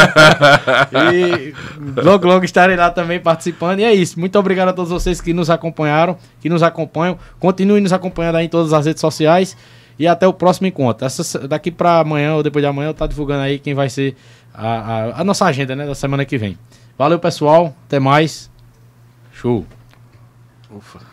E logo estarei lá também participando. E é isso. Muito obrigado a todos vocês que nos acompanharam, que nos acompanham. Continuem nos acompanhando aí em todas as redes sociais. E até o próximo encontro. Daqui pra amanhã ou depois de amanhã eu tá divulgando aí quem vai ser a nossa agenda, né? Da semana que vem. Valeu, pessoal. Até mais. Show. Ufa.